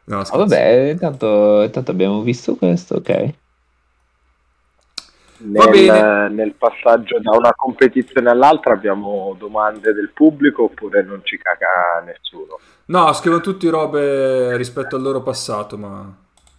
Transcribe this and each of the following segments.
No, Ah, scherzo. vabbè, intanto abbiamo visto questo, ok. Va bene. Nel passaggio da una competizione all'altra abbiamo domande del pubblico oppure non ci caga nessuno? No, scrivono tutti robe rispetto al loro passato, ma...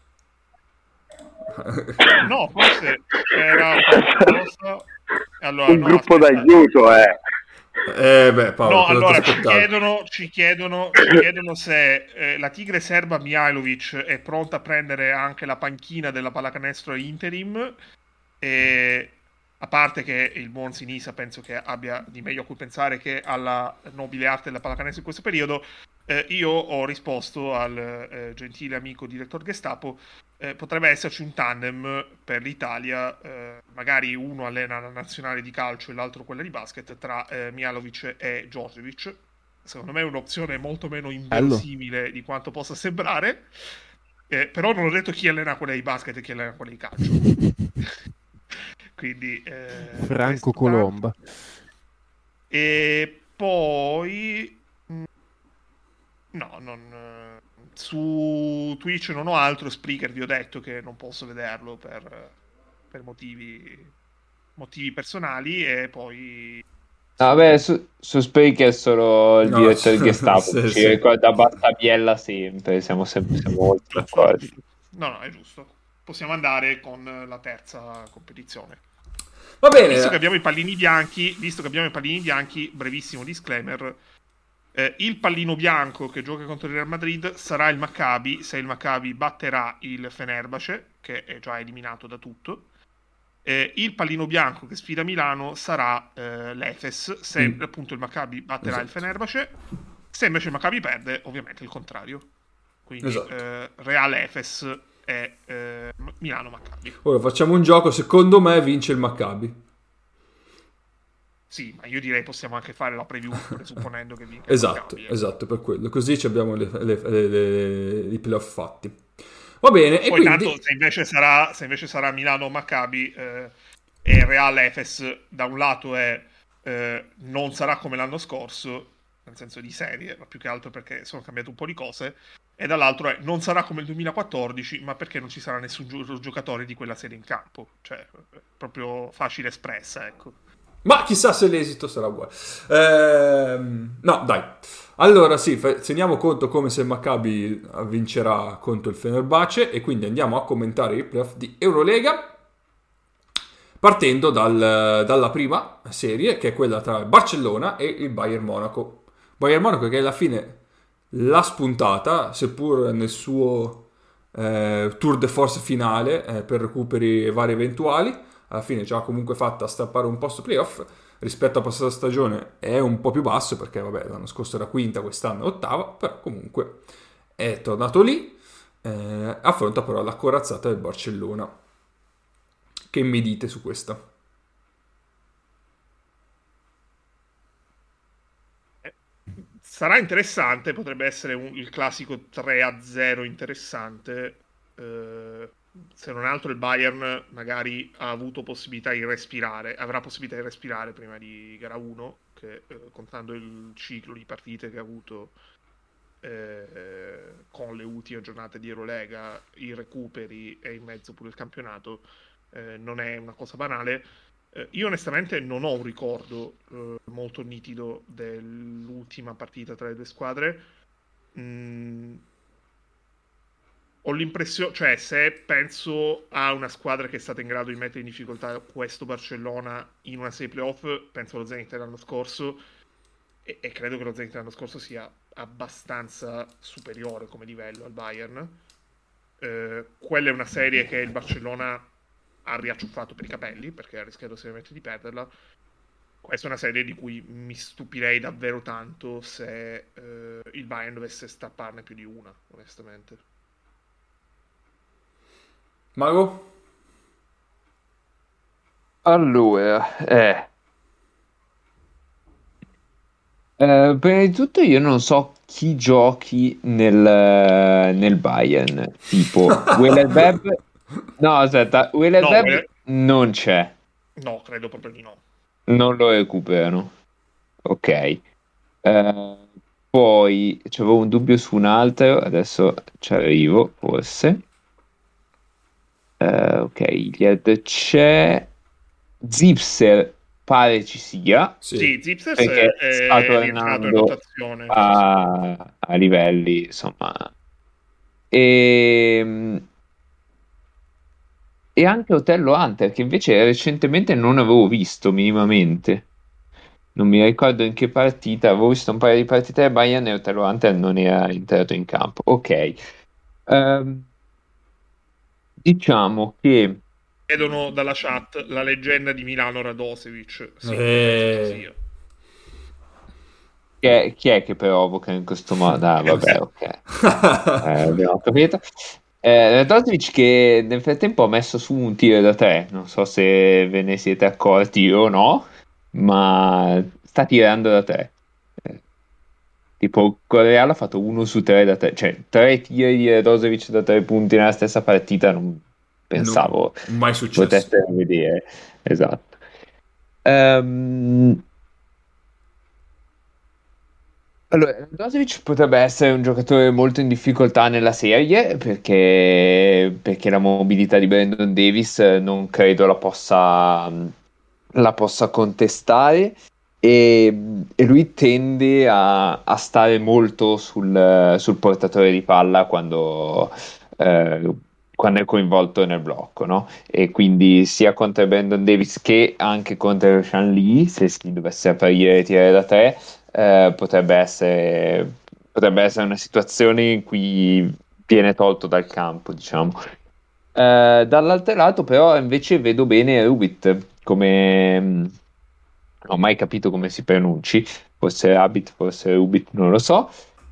No, forse c'era qualcosa. Allora, Un no, gruppo aspetta. d'aiuto, eh. Beh, Paolo, No, cosa ti allora ci aspettavi? chiedono, ci chiedono se la tigre serba Mihajlovic è pronta a prendere anche la panchina della pallacanestro interim. E a parte che il buon Sinisa penso che abbia di meglio a cui pensare che alla nobile arte della pallacanestro in questo periodo, io ho risposto al gentile amico direttore Gestapo. Potrebbe esserci un tandem per l'Italia, magari uno allena la nazionale di calcio e l'altro quella di basket, tra Mihajlovic e Djordjevic. Secondo me è un'opzione molto meno Bello. inverosimile di quanto possa sembrare, però non ho detto chi allena quella di basket e chi allena quella di calcio. Quindi Franco questo tanto. Colomba. E poi no, su Twitch non ho altro. Spreaker vi ho detto che non posso vederlo per motivi personali. E poi No, sì, vabbè, su Spreaker è solo il No, direttore Gestapo, sì, ci sì. ricorda Battabiella sempre, siamo molto giusto, d'accordo. giusto. No, no, è giusto. Possiamo andare con la terza competizione. Va Visto che bene. abbiamo i pallini bianchi, brevissimo disclaimer. Il pallino bianco che gioca contro il Real Madrid sarà il Maccabi, se il Maccabi batterà il Fenerbahce, che è già eliminato da tutto. Il pallino bianco che sfida Milano sarà l'Efes, se Il- appunto il Maccabi batterà il Esatto. Fenerbahce. Se invece il Maccabi perde, ovviamente il contrario. Quindi Esatto. Real Efes e Milano Maccabi. Ora facciamo un gioco, secondo me vince il Maccabi. Sì, ma io direi possiamo anche fare la preview presupponendo che vinca il Esatto, Maccabi. esatto, per quello. Così ci abbiamo i playoff fatti. Va bene, e Poi tanto quindi... se invece sarà Milano Maccabi e Real Efes da un lato non sarà come l'anno scorso, nel senso di serie, ma più che altro perché sono cambiate un po' di cose, e dall'altro non sarà come il 2014, ma perché non ci sarà nessun giocatore di quella serie in campo. Cioè, proprio facile espressa, ecco. Ma chissà se l'esito sarà uguale. No, dai. Allora sì, teniamo conto come se il Maccabi vincerà contro il Fenerbahce e quindi andiamo a commentare i playoff di Eurolega partendo dalla prima serie che è quella tra il Barcellona e il Bayern Monaco. Bayern Monaco che alla fine l'ha spuntata, seppur nel suo tour de force finale per recuperi vari eventuali. Alla fine ci ha comunque fatta stappare un posto playoff. Rispetto alla passata stagione è un po' più basso perché vabbè l'anno scorso era quinta, quest'anno è ottava, però comunque è tornato lì. Affronta però la corazzata del Barcellona. Che mi dite su questa? Eh, Sarà interessante, potrebbe essere il classico 3-0 interessante. eh, Se non altro il Bayern magari ha avuto possibilità di respirare, avrà possibilità di respirare prima di gara 1, che contando il ciclo di partite che ha avuto con le ultime giornate di Eurolega, i recuperi e in mezzo pure il campionato, non è una cosa banale. Io onestamente non ho un ricordo molto nitido dell'ultima partita tra le due squadre. Mm, Ho l'impressione, cioè se penso a una squadra che è stata in grado di mettere in difficoltà questo Barcellona in una serie playoff, penso allo Zenit dell'anno scorso e credo che lo Zenit dell'anno scorso sia abbastanza superiore come livello al Bayern. Quella è una serie che il Barcellona ha riacciuffato per i capelli perché ha rischiato seriamente di perderla. Questa è una serie di cui mi stupirei davvero tanto se il Bayern dovesse stapparne più di una, onestamente. Mago? Allora, prima di tutto io non so chi giochi nel Bayern, tipo Will Webb, no aspetta, Will No, Webb non c'è, no, credo proprio di no. non lo recuperano, ok. Poi c'avevo un dubbio su un altro, adesso ci arrivo, forse. Ok, Iliad c'è. Zipser pare ci sia, Sì. Sì, Zipsers perché sta è rientrato in tornando rotazione. Sì, sì. a livelli, insomma. E, e anche Otello Hunter, che invece recentemente non avevo visto minimamente. Non mi ricordo in che partita, avevo visto un paio di partite del Bayern e Otello Hunter non era entrato in campo. Ok. Ehm, diciamo che Chiedono dalla chat la leggenda di Milano Radosevic. Sì, io penso ci Eh, sia. chi è che provoca in questo modo? Ah, vabbè, ok. Abbiamo capito. Radojic che nel frattempo ha messo su un tiro da tre, non so se ve ne siete accorti o no, ma sta tirando da tre. Eh, tipo, con Real ha fatto 1 su 3 da tre, cioè 3 tiri di Radojic da 3 punti nella stessa partita, non no, pensavo mai si successo. potesse vedere. Esatto. Ehm, Allora, Brozovic potrebbe essere un giocatore molto in difficoltà nella serie perché la mobilità di Brandon Davis non credo la possa contestare e lui tende a stare molto sul portatore di palla eh, quando è coinvolto nel blocco, no? E quindi sia contro Brandon Davis che anche contro Sean Lee, se si dovesse aprire e tirare da tre potrebbe essere una situazione in cui viene tolto dal campo, diciamo. Dall'altro lato, però, invece vedo bene Rubit come non ho mai capito come si pronunci, forse Rabbit, forse Rubit, non lo so.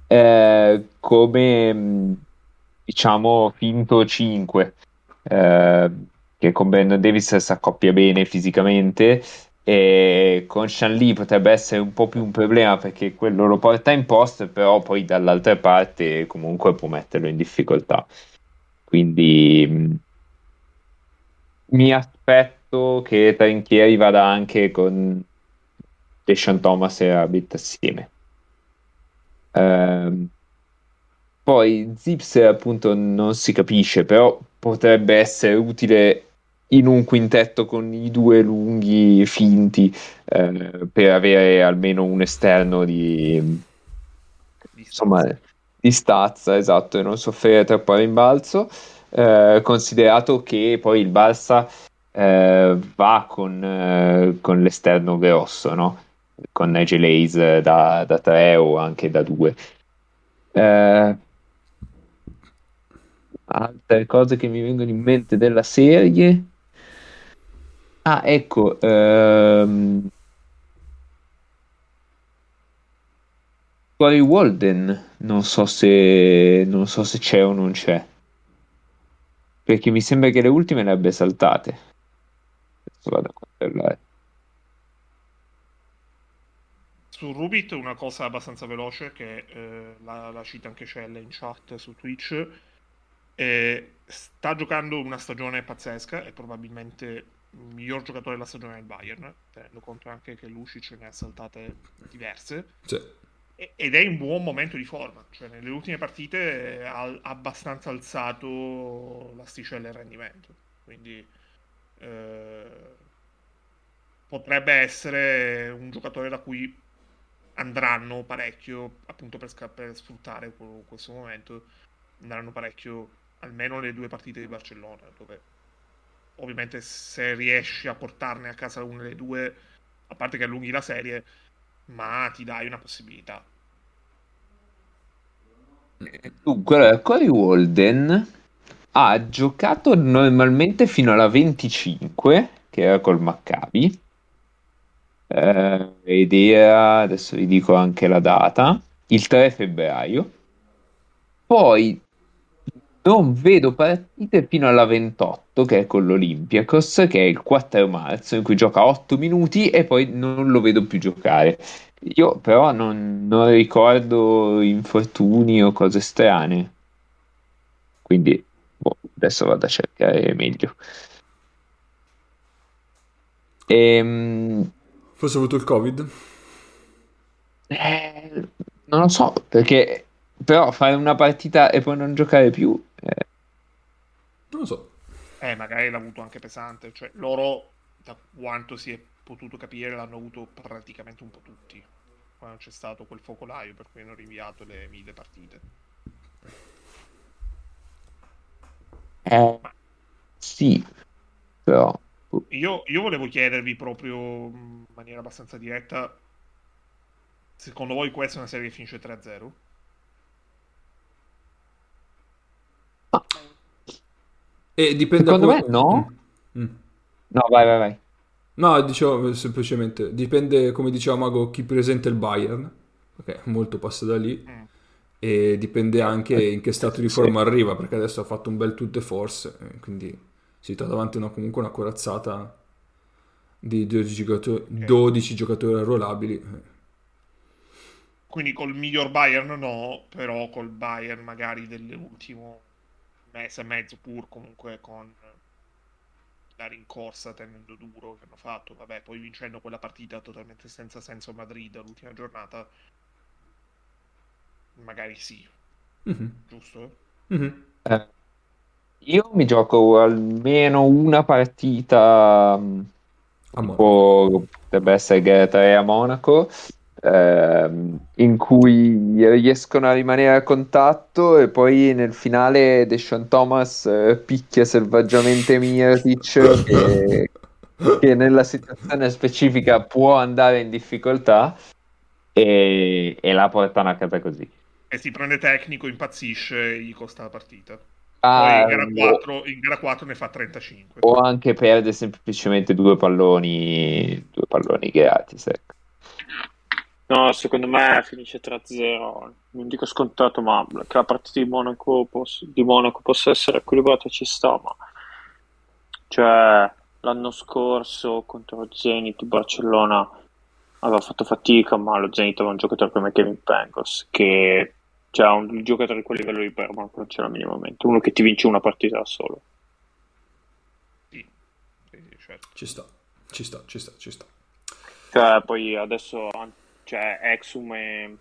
Come diciamo finto 5, eh, che con Brandon Davis si accoppia bene fisicamente e con Sean Lee potrebbe essere un po' più un problema perché quello lo porta in post, però poi dall'altra parte comunque può metterlo in difficoltà. Quindi mi aspetto che Trinchieri vada anche con Deshaun Thomas e Rabbit assieme. Ehm, Poi Zips appunto non si capisce, però potrebbe essere utile in un quintetto con i due lunghi finti per avere almeno un esterno insomma, Distanza. di stazza, esatto, e non soffrire troppo a rimbalzo, considerato che poi il Barça va con l'esterno grosso, no? Con Nigel Hayes da 3 o anche da 2. Altre cose che mi vengono in mente della serie. Ah, ecco, Corey Walden, non so se c'è o non c'è, perché mi sembra che le ultime le abbia saltate. Adesso vado a controllare. Su Rubit una cosa abbastanza veloce che la cita anche Celle in chat su Twitch. Sta giocando una stagione pazzesca, è probabilmente il miglior giocatore della stagione del Bayern, tenendo conto anche che Lucic ne ha saltate diverse. Sì. Ed è in buon momento di forma, cioè nelle ultime partite ha abbastanza alzato l'asticella del rendimento. Quindi eh, potrebbe essere un giocatore da cui andranno parecchio, appunto per sfruttare questo momento, andranno parecchio almeno le 2 partite di Barcellona, dove ovviamente se riesci a portarne a casa una delle due, a parte che allunghi la serie, ma ti dai una possibilità. Dunque, allora, Corey Walden ha giocato normalmente fino alla 25, che era col Maccabi, ed era, adesso vi dico anche la data, il 3 febbraio. Poi non vedo partite fino alla 28, che è con l'Olympiacos, che è il 4 marzo, in cui gioca 8 minuti e poi non lo vedo più giocare. Io però non ricordo infortuni o cose strane, quindi boh, adesso vado a cercare meglio. Ehm, Forse ha avuto il Covid? Eh, Non lo so, perché però fare una partita e poi non giocare più... Non lo so. Magari l'ha avuto anche pesante. Cioè, loro, da quanto si è potuto capire, l'hanno avuto praticamente un po' tutti. Quando c'è stato quel focolaio per cui hanno rinviato le 1000 partite. Sì, però... Io volevo chiedervi proprio in maniera abbastanza diretta, secondo voi questa è una serie che finisce 3-0? E dipende Secondo me no. No, vai. No, dicevo semplicemente, dipende, come diceva Mago, chi presenta il Bayern, perché molto passa da lì, e dipende anche in che stato di forma arriva, perché adesso ha fatto un bel tour de force, quindi si trova davanti comunque una corazzata di 12 giocatori arruolabili. Quindi col miglior Bayern no, però col Bayern magari dell'ultimo mese e mezzo, pur comunque con la rincorsa tenendo duro che hanno fatto, vabbè, poi vincendo quella partita totalmente senza senso a Madrid l'ultima giornata, magari sì. Giusto? Io mi gioco almeno una partita potrebbe essere gara 3 a Monaco, in cui riescono a rimanere a contatto e poi nel finale Deschamps Thomas picchia selvaggiamente Mirotic che nella situazione specifica può andare in difficoltà e la portano a casa così. E si prende tecnico, impazzisce e gli costa la partita. Ah, Poi in gara 4 ne fa 35. o anche perde semplicemente due palloni gratis, ecco. No, secondo me finisce 3-0. Non dico scontato, ma che la partita di Monaco possa essere equilibrata ci sta, ma cioè l'anno scorso contro lo Zenit Barcellona aveva fatto fatica, ma lo Zenit aveva un giocatore come Kevin Pangos che cioè un giocatore di quel livello di Monaco non c'era minimamente, uno che ti vince una partita da solo. Sì, certo. Ci sta. Cioè poi adesso Exum è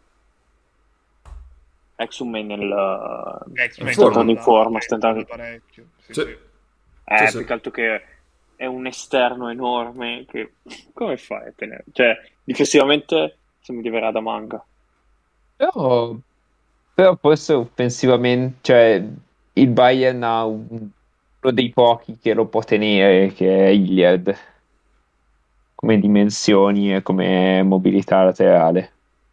tornando in forma, sta entrando parecchio. Sì. più che altro che è un esterno enorme che come fai a tenere? Cioè difensivamente mi diverrà da manga. Però forse offensivamente, cioè il Bayern ha uno dei pochi che lo può tenere, che è Iliad, come dimensioni e come mobilità laterale.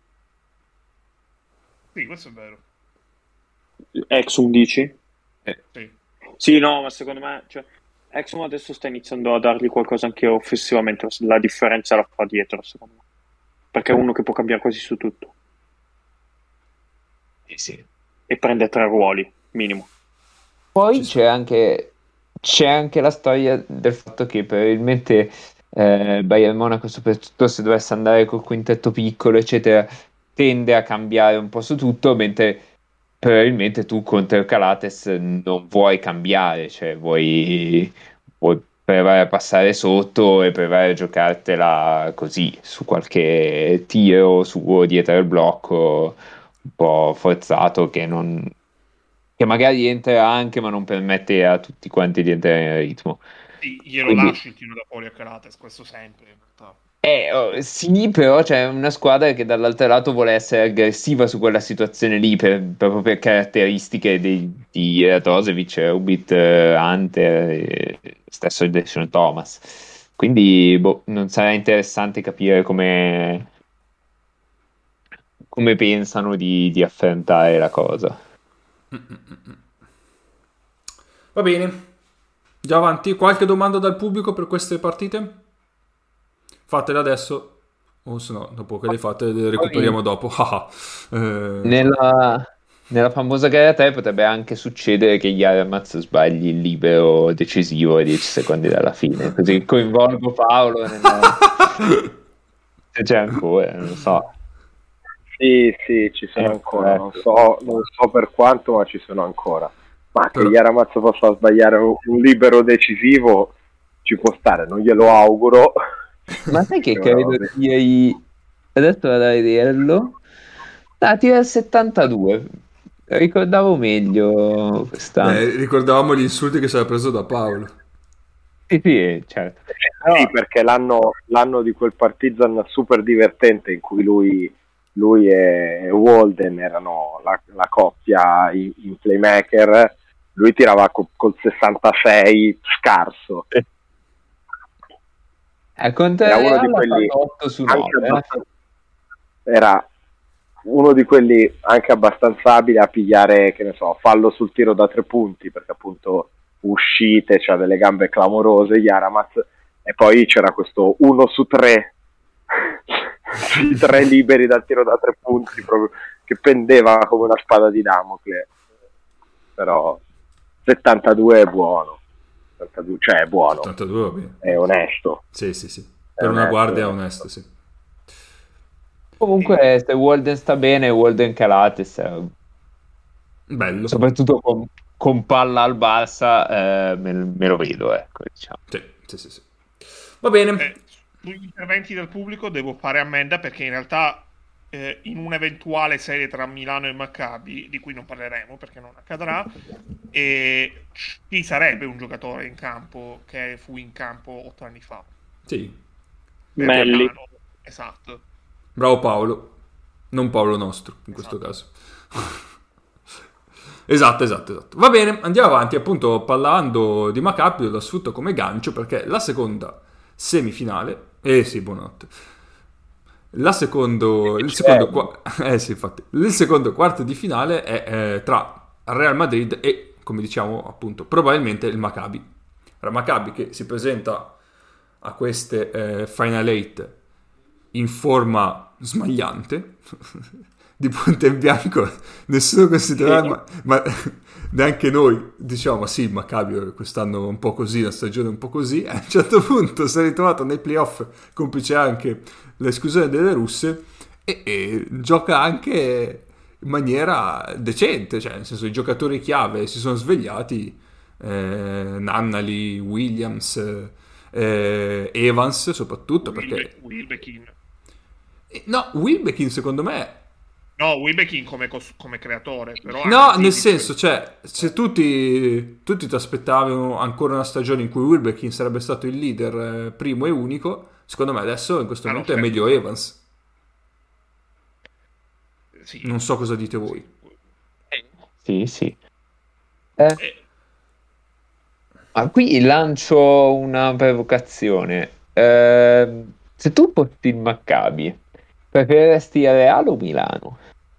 Sì, questo è vero. Exum dici? Sì. Sì, no, ma secondo me Exum adesso sta iniziando a dargli qualcosa anche offensivamente, la differenza la fa dietro, secondo me. Perché è uno che può cambiare quasi su tutto. Sì. E prende 3 ruoli, minimo. Poi c'è anche la storia del fatto che probabilmente Bayern Monaco, soprattutto se dovesse andare col quintetto piccolo, eccetera, tende a cambiare un po' su tutto, mentre probabilmente tu contro il Calates non vuoi cambiare, cioè vuoi provare a passare sotto e provare a giocartela così, su qualche tiro suo dietro il blocco un po' forzato che magari entra anche ma non permette a tutti quanti di entrare nel ritmo. Sì, glielo lasci il tiro da fuori a Calates, questo sempre in realtà. Sì, però c'è una squadra che dall'altro lato vuole essere aggressiva su quella situazione lì proprio per caratteristiche di Radosevic, Ubit, Hunter e stesso Deschamps Thomas. Quindi non sarà interessante capire come pensano di affrontare la cosa. Va bene, già avanti. Qualche domanda dal pubblico per queste partite? Fatele adesso, o se no, dopo che le fate le recuperiamo dopo. Nella famosa gara 3 potrebbe anche succedere che Jaramaz sbagli il libero decisivo a 10 secondi dalla fine, così coinvolgo Paolo se c'è ancora, non lo so. Sì, ci sono ancora, non so per quanto, ma ci sono ancora. Ma che Jaramaz possa sbagliare un libero decisivo ci può stare, non glielo auguro. Ma sai che credo ieri adesso vado a vederlo? tira il 72. Ricordavo meglio quest'anno. Ricordavamo gli insulti che si era preso da Paolo. Sì, certo. Sì, perché l'anno di quel Partizan super divertente in cui lui e Walden erano la coppia in playmaker, lui tirava col 66 scarso. Contro Era uno Real di quelli 8 su 9. Era uno di quelli anche abbastanza abile a pigliare, che ne so, fallo sul tiro da 3 punti, perché appunto uscite, c'ha delle gambe clamorose Yaramaz, e poi c'era questo 1 su 3 sui 3 liberi dal tiro da 3 punti, proprio, che pendeva come una spada di Damocle. Però 72 è buono, 72, cioè è buono, 72 va bene. È onesto. Sì. Per una guardia è onesto, sì. Comunque se Walden sta bene, Walden Calates Bello. soprattutto con palla al Barça me lo vedo, ecco, diciamo. Sì. Va bene. Sugli interventi del pubblico devo fare ammenda, perché in realtà in un'eventuale serie tra Milano e Maccabi, di cui non parleremo perché non accadrà, ci sarebbe un giocatore in campo che fu in campo 8 anni fa. Sì. Melli. Milano, esatto. Bravo Paolo. Non Paolo nostro, in questo caso. Esatto. Va bene, andiamo avanti. Appunto, parlando di Maccabi, lo sfrutto come gancio perché la seconda semifinale... sì, buonanotte. Il secondo quarto di finale è tra Real Madrid e, come diciamo, appunto, probabilmente il Maccabi. Il Maccabi che si presenta a queste Final 8 in forma smagliante, di punta in bianco, nessuno considerava, ma neanche noi diciamo, ma sì, il Maccabi quest'anno un po' così, la stagione un po' così, a un certo punto si è ritrovato nei playoff, complice anche l'esclusione delle russe, e gioca anche in maniera decente, cioè nel senso i giocatori chiave si sono svegliati, Nannali, Williams, Evans soprattutto, perché Wilbekin. No, Wilbekin secondo me... No, Wilbekin come creatore, però... No, nel senso, cioè, se tutti ti aspettavano ancora una stagione in cui Wilbekin sarebbe stato il leader primo e unico, secondo me adesso in questo momento è meglio Evans. Sì. Non so cosa dite voi. Sì. Ma qui lancio una provocazione. Se tu porti il Maccabi, preferiresti Real o Milano?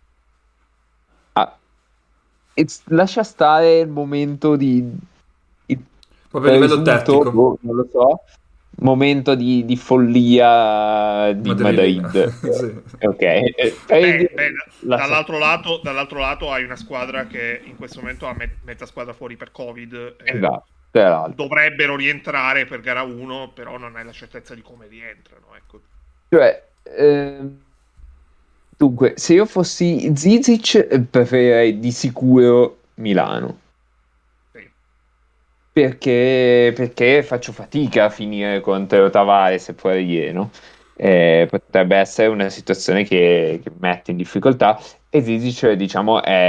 Lascia stare il momento proprio a livello tattico, non lo so, momento di follia di Madrid. Sì. Ok. Dall'altro lato hai una squadra che in questo momento ha mezza squadra fuori per Covid. Esatto. Dovrebbero rientrare per gara 1, però non hai la certezza di come rientrano, ecco. Cioè, dunque, se io fossi Zizic preferirei di sicuro Milano. Sì. Perché faccio fatica a finire contro Tavares e Poirier, potrebbe essere una situazione che mette in difficoltà, e Zizic, diciamo, è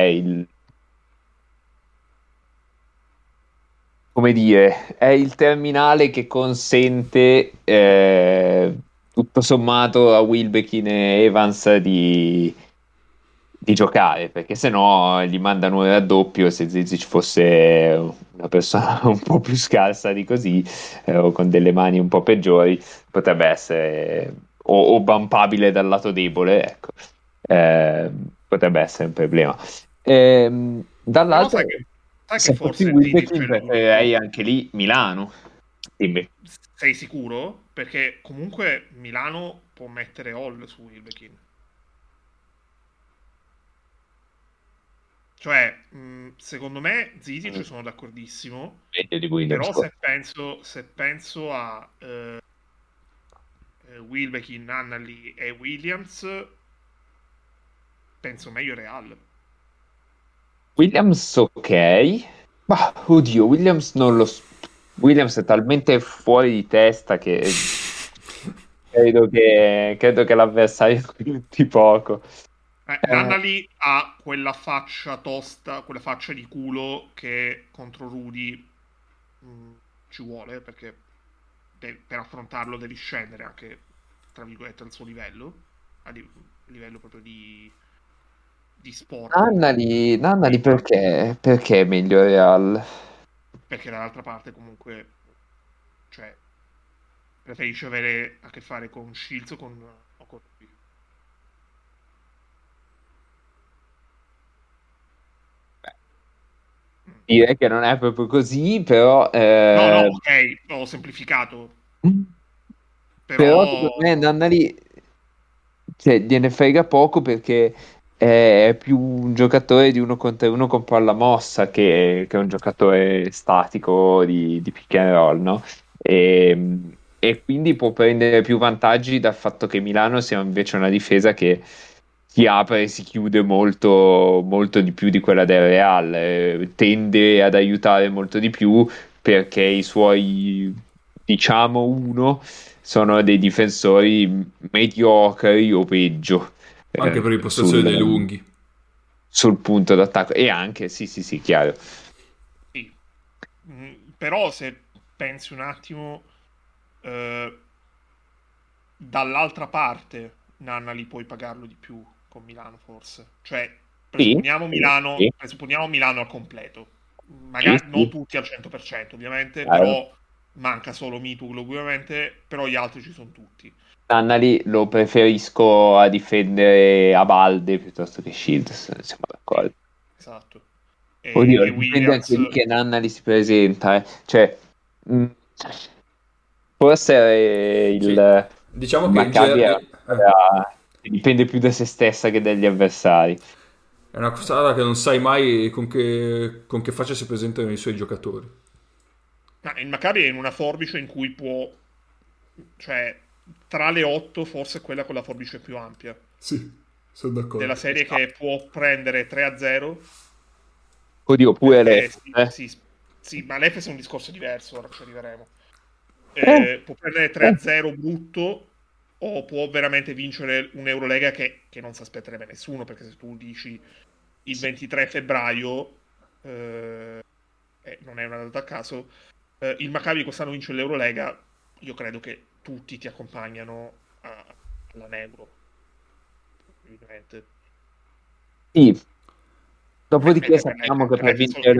il terminale che consente tutto sommato a Wilbekin e Evans di giocare, perché se no gli mandano un raddoppio. Se Zizic fosse una persona un po' più scarsa di così, o con delle mani un po' peggiori, potrebbe essere o bumpabile dal lato debole, ecco. Potrebbe essere un problema. Dall'altro, se fossi Wilbekin preferirei anche lì Milano. Dimmi. Sei sicuro? Perché comunque Milano può mettere all su Wilbekin. Cioè, secondo me Zizic sono d'accordissimo, però se penso a Wilbekin, Nannali e Williams, penso meglio Real. Williams, ok. Ma oddio, Williams non lo so. Williams è talmente fuori di testa che credo che l'avversario conti poco. Nannali ha quella faccia tosta, quella faccia di culo che contro Rudy ci vuole, perché per affrontarlo devi scendere anche, tra virgolette, al suo livello, a livello proprio di sport. Nannali perché è meglio Real? Perché dall'altra parte comunque, cioè, preferisce avere a che fare con Shields o con Rudy. Direi che non è proprio così, però... No, ok, ho semplificato. Però secondo me Nannali gliene frega poco perché è più un giocatore di 1 contro 1 con palla mossa che un giocatore statico di pick and roll, no? E quindi può prendere più vantaggi dal fatto che Milano sia invece una difesa che si apre e si chiude molto, molto di più di quella del Real, tende ad aiutare molto di più perché i suoi, diciamo, sono dei difensori mediocri o peggio. Anche per l'impostazione dei lunghi. Sul punto d'attacco. E anche, sì, chiaro. Sì. Però se pensi un attimo, dall'altra parte Nannali puoi pagarlo di più con Milano forse. Cioè, presupponiamo Milano al completo. Magari non tutti al 100% ovviamente, però manca solo Mituglu ovviamente, però gli altri ci sono tutti. Nannali lo preferisco a difendere a balde piuttosto che Shields, siamo d'accordo. Esatto. Oddio, dipende anche lì che Nannali si presenta, cioè forse il diciamo che Maccabi dipende più da se stessa che dagli avversari. È una cosa che non sai mai con che faccia si presentano i suoi giocatori. Il Maccabi è in una forbice in cui può, cioè tra le 8 forse è quella con la forbice più ampia. Sì, sono d'accordo. Della serie che può prendere 3-0. Oddio, pure l'Efes. Sì, ma l'Efes è un discorso diverso, ora ci arriveremo. Può prendere 3-0 brutto o può veramente vincere un'Eurolega che non si aspetterebbe nessuno, perché se tu dici il 23 febbraio non è una data a caso, il Maccabi quest'anno vince l'Eurolega, io credo che tutti ti accompagnano alla Neuro, evidentemente. Sì. Dopodiché sappiamo che per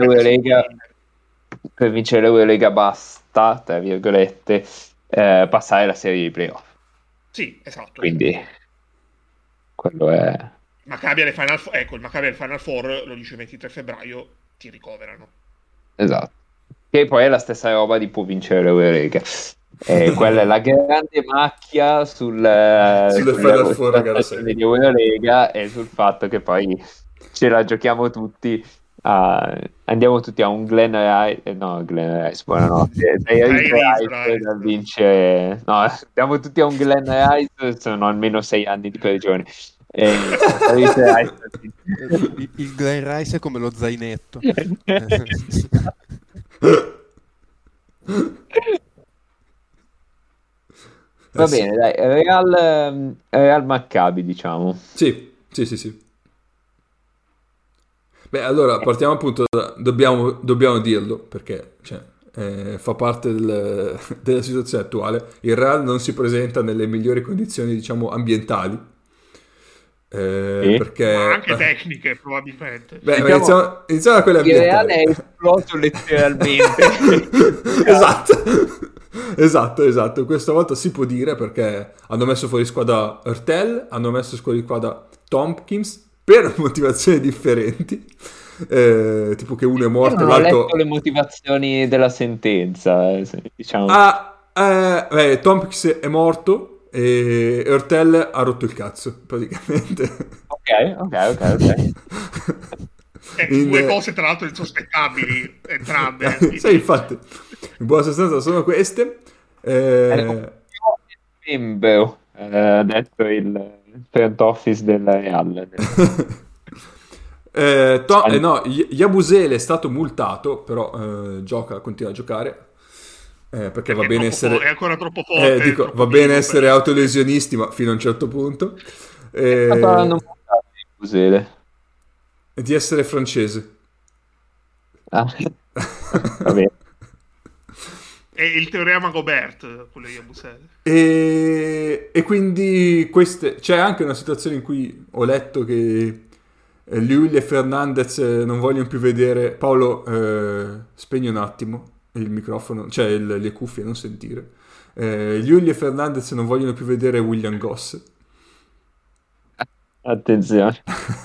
vincere l'Eurolega basta, tra virgolette, passare la serie di playoff. Sì, esatto. Quindi quello è... il Maccabi al Final Four, lo dice il 23 febbraio, ti ricoverano. Esatto. Che poi è la stessa roba di può vincere l'Eurolega. Quella è la grande macchia sulle Final Four di Eurolega e sul fatto che poi ce la giochiamo tutti. Andiamo tutti a un Glen Rice, buonanotte. Vince, no, andiamo tutti a un Glen Rice, sono almeno 6 anni di prigione. Il Glen Rice è come lo zainetto. Va bene, dai, Real Maccabi, diciamo. Sì. Beh, allora partiamo appunto dobbiamo dirlo perché fa parte della situazione attuale. Il Real non si presenta nelle migliori condizioni, diciamo, ambientali. Perché ma anche tecniche probabilmente. Beh, iniziamo da quelle ambientali. Il Real è esploso letteralmente. Esatto, questa volta si può dire perché hanno messo fuori squadra Hurtel, hanno messo fuori squadra Tompkins per motivazioni differenti, tipo che uno è morto e l'altro... Ho letto le motivazioni della sentenza, diciamo. Tompkins è morto e Hurtel ha rotto il cazzo, praticamente. Ok. Due cose tra l'altro insospettabili, entrambe. Sì, infatti, in buona sostanza sono queste. Ha detto il front office del Real. Yabusele è stato multato, però continua a giocare. Perché va bene essere... È ancora troppo forte. Va bene essere autolesionisti, ma fino a un certo punto. Yabusele. Di essere francese. Ah. Va bene. È il teorema Gobert, quello di Yabusele. E quindi c'è anche una situazione in cui ho letto che Llull e Fernandez non vogliono più vedere. Paolo, spegni un attimo il microfono, cioè le cuffie, non sentire. Llull e Fernandez non vogliono più vedere William Goss. Attenzione.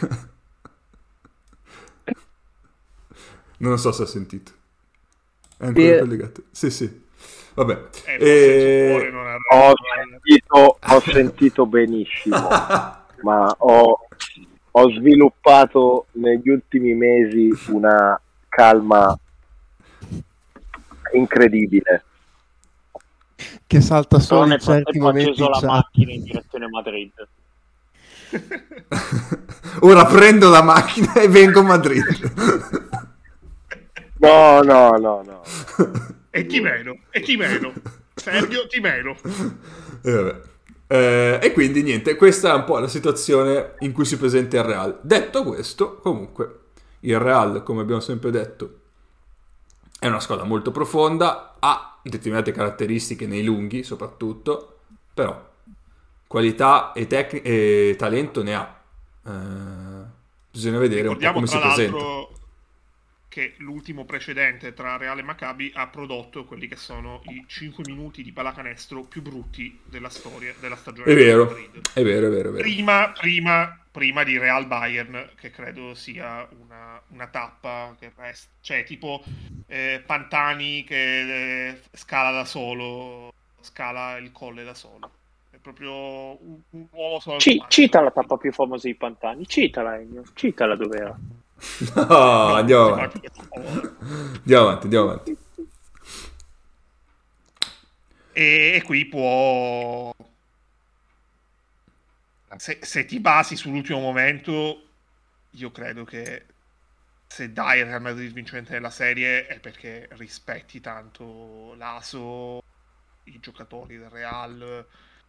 Non so se ha sentito. È ancora collegato? Sì. Vabbè. Forse il cuore non ho sentito benissimo, ma ho sviluppato negli ultimi mesi una calma incredibile. Che salta solo in certi ho momenti acceso in la chat. macchina in direzione Madrid. Ora prendo la macchina e vengo a Madrid. No. E chi meno? Sergio, ti meno. E quindi niente, questa è un po' la situazione in cui si presenta il Real. Detto questo, comunque, il Real, come abbiamo sempre detto, è una squadra molto profonda, ha determinate caratteristiche nei lunghi soprattutto, però qualità e talento ne ha. Bisogna vedere un po' come si presenta. Che l'ultimo precedente tra Real e Maccabi ha prodotto quelli che sono i 5 minuti di pallacanestro più brutti della storia della stagione. È vero, di Madrid. è vero. Prima di Real Bayern, che credo sia una tappa che cioè tipo Pantani che scala da solo, scala il colle da solo. È proprio un uomo solo. Cita la tappa più famosa di Pantani, citala Ennio, citala dov'era. No, andiamo avanti. E qui può, se ti basi sull'ultimo momento, io credo che se dai il Real Madrid vincente della serie è perché rispetti tanto l'Aso, i giocatori del Real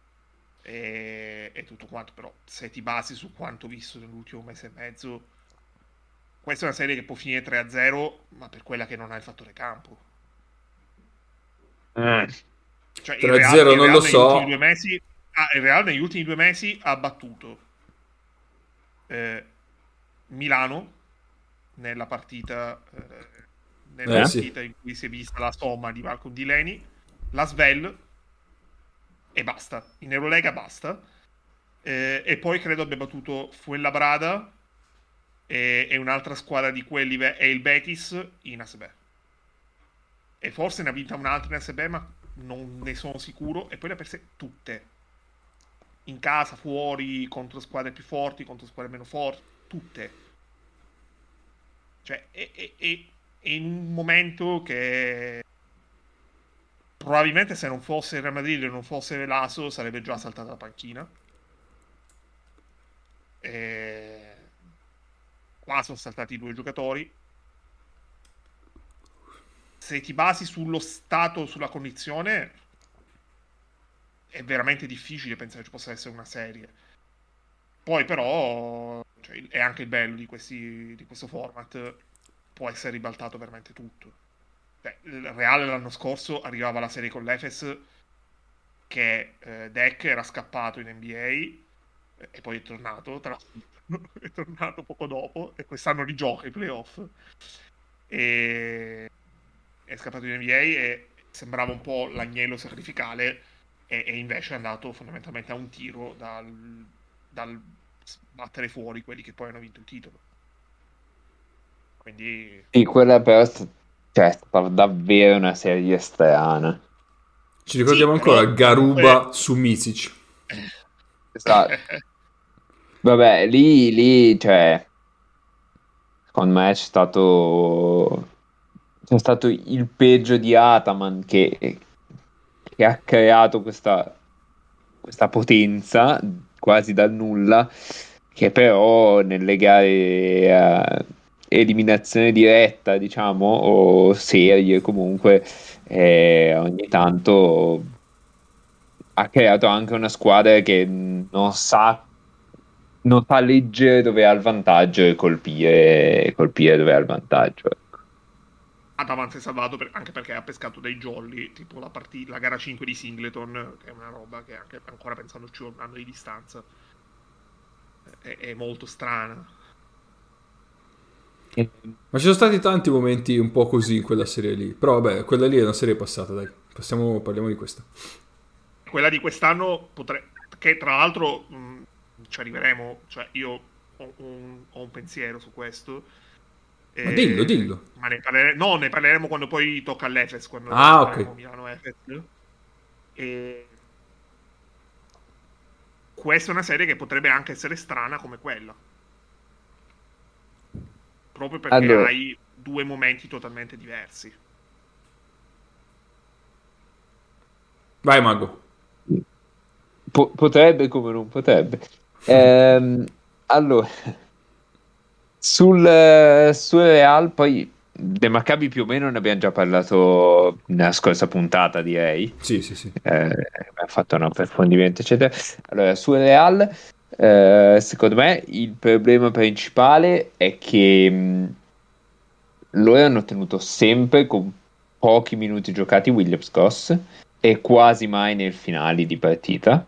e tutto quanto. Però se ti basi su quanto visto nell'ultimo mese e mezzo, questa è una serie che può finire 3-0, ma per quella che non ha il fattore campo. Cioè, 3-0 non lo so. Il Real negli ultimi 2 mesi ha battuto Milano nella partita in cui si è vista la somma di Marco Di Leni, la Svel e basta. In Eurolega basta. E poi credo abbia battuto Fuenlabrada e un'altra squadra di quelli è il Betis in ASB, e forse ne ha vinta un'altra in ASB, ma non ne sono sicuro, e poi le ha perse tutte in casa, fuori, contro squadre più forti, contro squadre meno forti, tutte. Cioè è in un momento che probabilmente se non fosse il Real Madrid e non fosse l'Aso sarebbe già saltata la panchina. Qua sono saltati 2 giocatori. Se ti basi sullo stato, sulla condizione, è veramente difficile pensare che ci possa essere una serie. Poi però, cioè, è anche il bello di questo format, può essere ribaltato veramente tutto. Cioè, il Real l'anno scorso arrivava alla serie con l'Efes che Deck era scappato in NBA e poi è tornato è tornato poco dopo, e quest'anno rigioca i playoff e è scappato in NBA e sembrava un po' l'agnello sacrificale, e invece è andato fondamentalmente a un tiro dal battere fuori quelli che poi hanno vinto il titolo. Quindi sì, quella però è stata davvero una serie strana. Ci ricordiamo ancora Garuba su Micic. Esatto. Vabbè, lì, cioè, secondo me c'è stato il peggio di Ataman che ha creato questa potenza quasi dal nulla, che però nelle gare a eliminazione diretta, diciamo, o serie comunque, ogni tanto ha creato anche una squadra che non sa non sa leggere dove ha il vantaggio e colpire dove ha il vantaggio. Ad avanza e salvato anche perché ha pescato dei jolly, tipo la gara 5 di Singleton, che è una roba che anche ancora pensandoci un anno di distanza è molto strana. Ma ci sono stati tanti momenti un po' così in quella serie lì, però vabbè, quella lì è una serie passata, dai, parliamo di questa. Quella di quest'anno che tra l'altro ci arriveremo, cioè io ho un pensiero su questo. Ma dillo. Ma ne parleremo quando poi tocca all'Efes, quando ok. Milano-Efes. E questa è una serie che potrebbe anche essere strana come quella. Proprio perché hai due momenti totalmente diversi. Vai, Mago. Potrebbe come non potrebbe. Allora, sul Real, poi del Maccabi più o meno ne abbiamo già parlato nella scorsa puntata, direi. Sì. Abbiamo fatto un approfondimento, eccetera. Allora, sul Real, secondo me il problema principale è che loro hanno tenuto sempre con pochi minuti giocati Williams Goss e quasi mai nel finale di partita.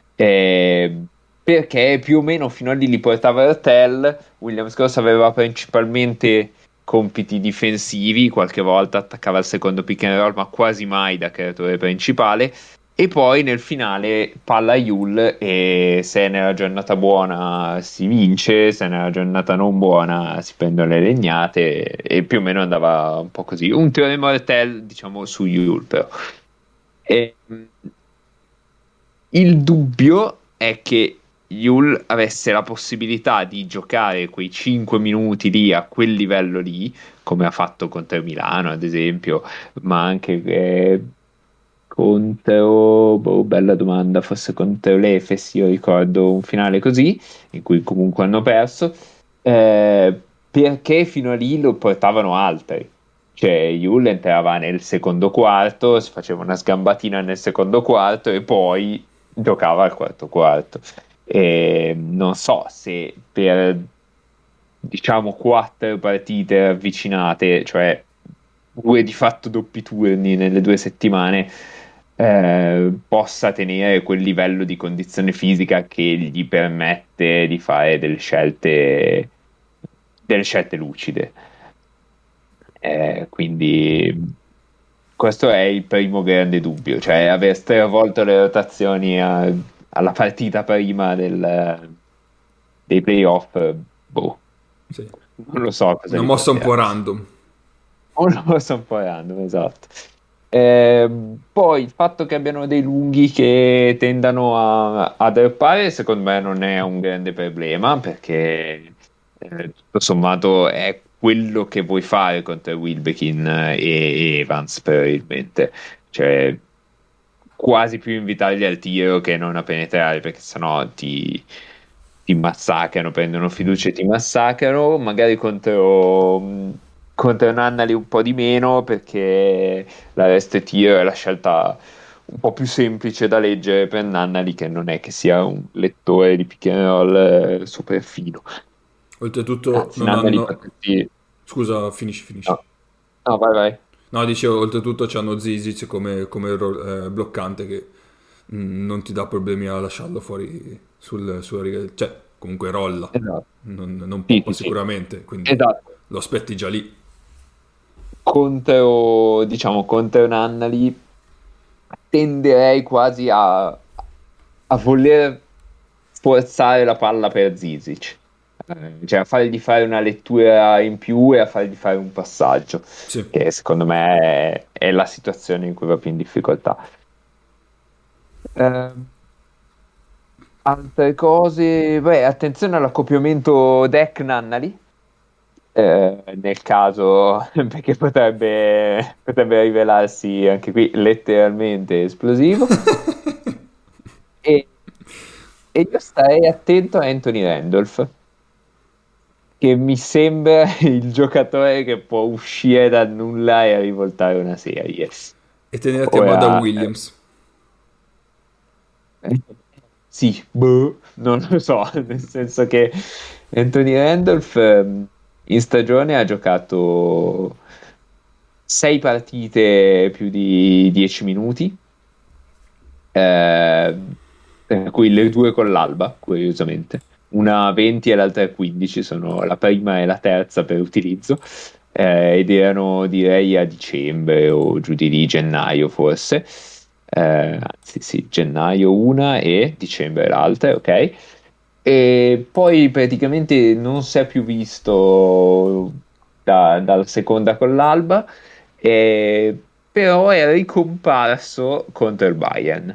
Perché più o meno fino a lì li portava Ertel. Williams Goss aveva principalmente compiti difensivi, qualche volta attaccava il secondo pick and roll, ma quasi mai da creatore principale. E poi nel finale palla a Yul, e se nella giornata buona si vince, se nella giornata non buona si prendono le legnate, e più o meno andava un po' così. Un teorema Ertel, diciamo, su Yul, però. Il dubbio è che Yul avesse la possibilità di giocare quei 5 minuti lì a quel livello lì, come ha fatto contro Milano, ad esempio, ma anche contro, bella domanda, forse contro l'Efes, io ricordo un finale così, in cui comunque hanno perso, perché fino a lì lo portavano altri. Cioè, Yul entrava nel secondo quarto, si faceva una sgambatina nel secondo quarto e poi giocava al quarto quarto. E non so se per, diciamo, 4 partite avvicinate, cioè 2 di fatto doppi turni nelle 2 settimane, possa tenere quel livello di condizione fisica che gli permette di fare delle scelte lucide. Quindi questo è il primo grande dubbio, cioè aver stravolto le rotazioni alla partita prima dei playoff. Sì. Non lo so cosa una mossa un po' random. Una mossa un po' random, esatto. Poi il fatto che abbiano dei lunghi che tendano a droppare, secondo me non è un grande problema, perché tutto sommato è quello che vuoi fare contro Wilbekin e Evans, probabilmente. Cioè, quasi più invitarli al tiro che non a penetrare, perché sennò ti massacrano, prendono fiducia e ti massacrano. Magari contro Nannali un po' di meno, perché la rest tiro è la scelta un po' più semplice da leggere per Nannali, che non è che sia un lettore di pick and roll super fino. Oltretutto Anzi, Nannali Scusa, finisci. No, vai. No, dicevo, oltretutto c'hanno Zizic come bloccante che non ti dà problemi a lasciarlo fuori sulla riga, cioè comunque rolla, esatto. non poppa sicuramente, quindi esatto. lo aspetti già lì. Contro Nannali tenderei quasi a voler forzare la palla per Zizic, cioè a fargli fare una lettura in più e a fargli fare un passaggio, sì. Che secondo me è la situazione in cui va più in difficoltà. Altre cose, attenzione all'accoppiamento deck Nannali, nel caso, perché potrebbe rivelarsi anche qui letteralmente esplosivo. e io starei attento a Anthony Randolph, che mi sembra il giocatore che può uscire dal nulla e rivoltare una serie. E tenerti a bada Williams. sì, non lo so, nel senso che Anthony Randolph in stagione ha giocato 6 partite più di 10 minuti, per cui le 2 con l'Alba, curiosamente. Una 20 e l'altra 15, sono la prima e la terza per utilizzo, ed erano direi a dicembre o giù di lì, gennaio forse. Anzi sì, gennaio una e dicembre l'altra, ok? E poi praticamente non si è più visto dalla seconda con l'Alba, però è ricomparso contro il Bayern.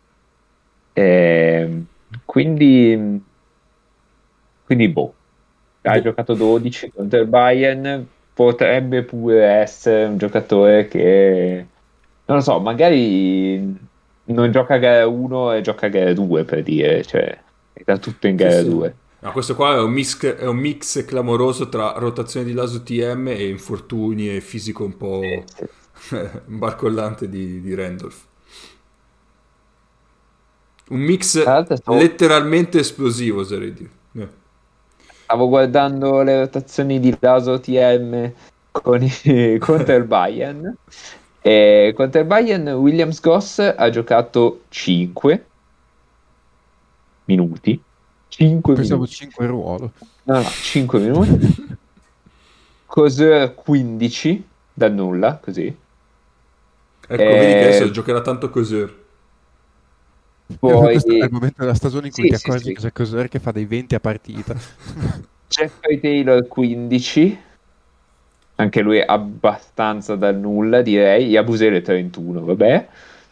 Quindi boh, ha giocato 12 contro il Bayern, potrebbe pure essere un giocatore che, non lo so, magari non gioca a gara 1 e gioca a gara 2, per dire, cioè è da tutto in gara Sì, sì. 2. No, questo qua è un mix clamoroso tra rotazione di Laso TM e infortuni e fisico un po' barcollante di Randolph. Un mix Tra l'altro letteralmente esplosivo, oserei dire. stavo guardando le rotazioni di Laso TM contro il Bayern. E contro il Bayern Williams Goss ha giocato 5 minuti. 5 Pensavo minuti. 5 ruolo. No, 5 minuti. Cos'è 15 dal nulla, così. Ecco, vedi che adesso giocherà tanto così. Poi Questo è il momento della stagione in cui sì, ti sì, accorgi sì. che c'è Cos'è che fa dei 20 a partita. Jeffrey Taylor 15, anche lui abbastanza dal nulla, direi. Yabusele 31, vabbè.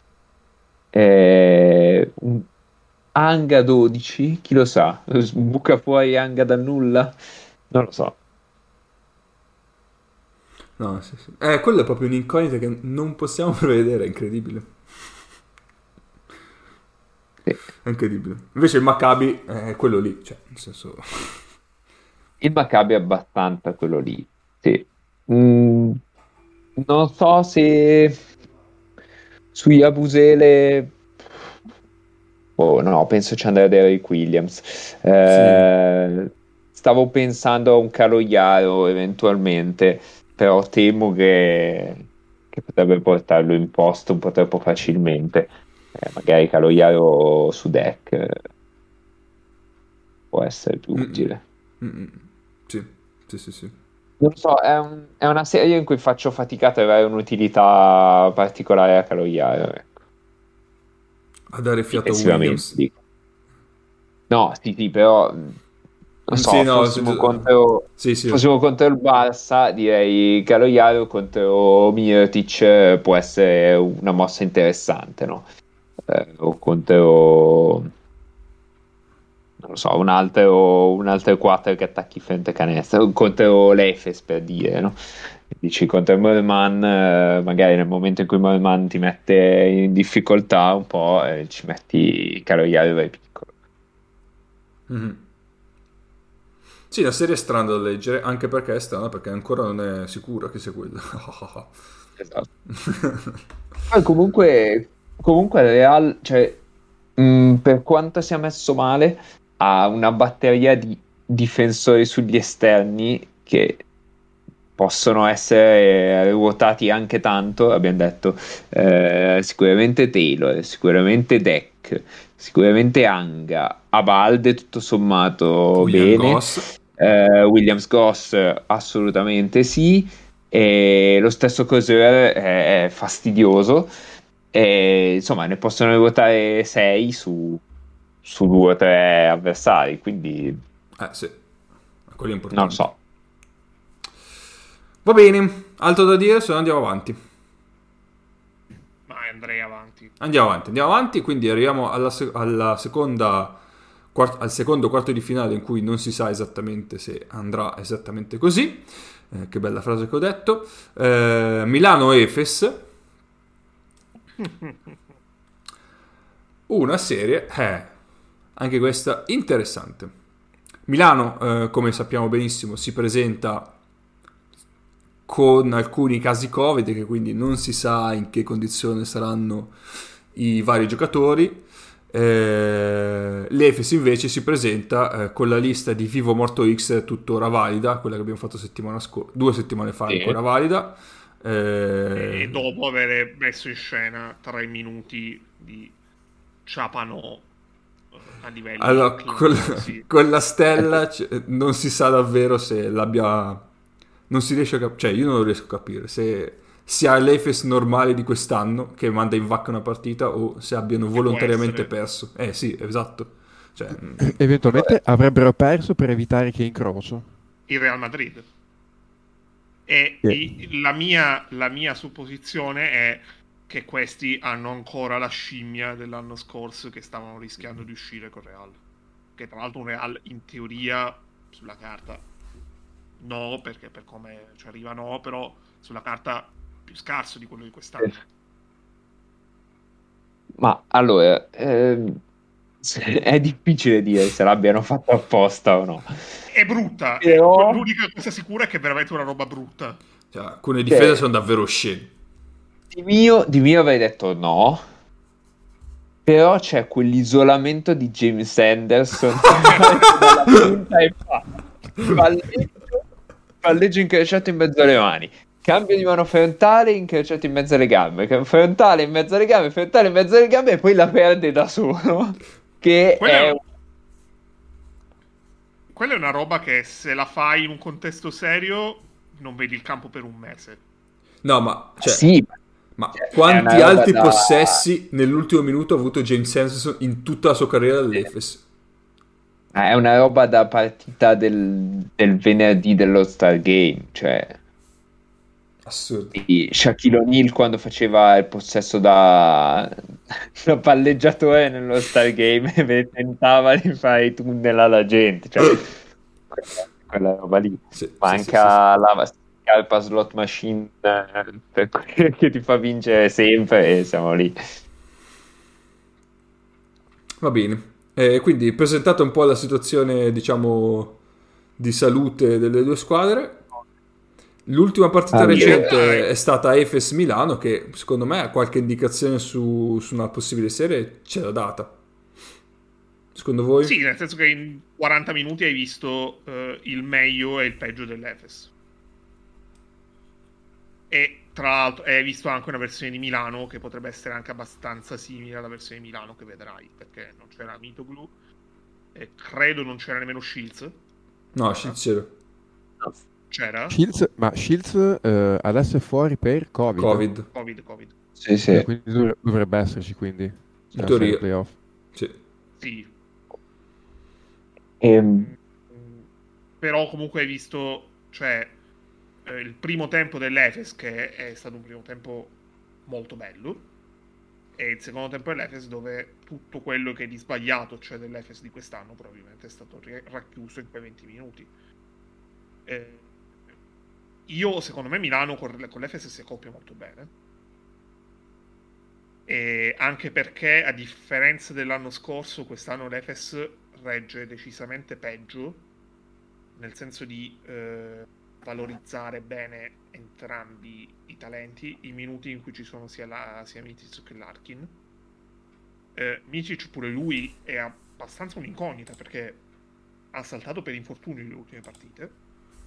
Anga 12, chi lo sa? Buca fuori Anga dal nulla? Non lo so. No, sì, sì. Quello è proprio un'incognita che non possiamo prevedere, è incredibile. Sì. È incredibile. Invece il Maccabi è quello lì, cioè, nel senso... Il Maccabi è abbastanza quello lì, sì. Non so se su Yabusele... Oh no, penso ci andrà Derrick Williams. Sì. Stavo pensando a un Caloiaro eventualmente, però temo che potrebbe portarlo in posto un po' troppo facilmente. Magari Caloiaro su deck può essere più utile. Sì, sì, sì, sì. Non so, è una serie in cui faccio fatica a trovare un'utilità particolare a Caloiaro. Ecco. A dare fiato a Difensivamente, Williams. dico. No, sì, però non so, Sì, no, fossimo contro il Barça, direi Caloiaro contro Mirotic può essere una mossa interessante, no? O contro, non lo so, un altro 4 che attacchi frente canestro, contro l'Efes, per dire, no? Dici contro il Moreman, magari nel momento in cui Moreman ti mette in difficoltà un po', ci metti Caloiaro vai piccolo. Mm-hmm. Sì, la serie è strana da leggere, anche perché è strana, perché ancora non è sicura che sia quella. Esatto. Poi comunque il Real, cioè, per quanto sia messo male, ha una batteria di difensori sugli esterni che possono essere ruotati anche tanto, abbiamo detto. Sicuramente Taylor, sicuramente Deck, sicuramente Anga, Abalde tutto sommato William bene. Goss. Williams Goss assolutamente sì, e lo stesso Coseur è fastidioso, e, insomma ne possono ruotare 6 su 2 o 3 avversari, quindi Sì, quello è importante. non lo so. Va bene, altro da dire, se no andiamo avanti. Ma andrei avanti. Andiamo avanti, quindi arriviamo al secondo quarto di finale in cui non si sa esattamente se andrà esattamente così. Che bella frase che ho detto. Milano-Efes. Una serie, anche questa interessante. Milano, come sappiamo benissimo, si presenta con alcuni casi Covid, che quindi non si sa in che condizione saranno i vari giocatori. L'Efes invece si presenta con la lista di Vivo Morto X tuttora valida, quella che abbiamo fatto 2 settimane fa, ancora valida. E dopo aver messo in scena 3 minuti di Ciapanò a livelli allora, con la stella non si sa davvero se l'abbia, non si riesce a cioè io non lo riesco a capire se sia l'Efes normale di quest'anno che manda in vacca una partita o se abbiano volontariamente perso. Sì, esatto, cioè, eventualmente avrebbero perso per evitare che incrocio il Real Madrid. E la mia supposizione è che questi hanno ancora la scimmia dell'anno scorso, che stavano rischiando di uscire con Real, che tra l'altro un Real in teoria sulla carta no, perché per come ci arriva no, però sulla carta più scarso di quello di quest'anno. Ma allora è difficile dire se l'abbiano fatto apposta o no. È brutta, Però... l'unica cosa sicura è che è veramente una roba brutta. Cioè, alcune difese sono davvero oscene. Di mio avrei detto no, però c'è quell'isolamento di James Anderson dalla punta e palleggio incrociato in mezzo alle mani, cambio di mano frontale incrociato in mezzo alle gambe, frontale in mezzo alle gambe, frontale in mezzo alle gambe e poi la perde da solo, che quella è una roba che se la fai in un contesto serio non vedi il campo per un mese. No, ma cioè, sì, ma quanti altri possessi nell'ultimo minuto ha avuto James Anderson in tutta la sua carriera all'Efes? È una roba da partita del venerdì dello Star Game, cioè assurdo. Shaquille O'Neal quando faceva il possesso da palleggiatore nello Star Game e tentava di fare i tunnel alla gente, cioè quella roba lì. Manca la scarpa slot machine che ti fa vincere sempre e siamo lì. Va bene. Quindi presentata un po' la situazione, diciamo, di salute delle due squadre. L'ultima partita recente è stata Efes Milano, che secondo me ha qualche indicazione su una possibile serie, ce l'ha data. Secondo voi? Sì, nel senso che in 40 minuti hai visto il meglio e il peggio dell'Efes. E tra l'altro hai visto anche una versione di Milano che potrebbe essere anche abbastanza simile alla versione di Milano che vedrai, perché non c'era Mitoglu e credo non c'era nemmeno Shields. No, Shields c'era. C'era? Shields adesso è fuori per Covid. Covid. Sì. Quindi dovrebbe esserci, quindi. In teoria. Playoff. Sì. Però comunque hai visto, cioè, il primo tempo dell'Efes, che è stato un primo tempo molto bello, e il secondo tempo dell'Efes dove tutto quello che è di sbagliato, cioè dell'Efes di quest'anno, probabilmente è stato racchiuso in quei 20 minuti. Io, secondo me, Milano con l'Efes si accoppia molto bene. E anche perché, a differenza dell'anno scorso, quest'anno l'Efes regge decisamente peggio, nel senso di valorizzare bene entrambi i talenti, i minuti in cui ci sono sia Micic che Larkin. Micic pure lui è abbastanza un'incognita, perché ha saltato per infortunio le ultime partite,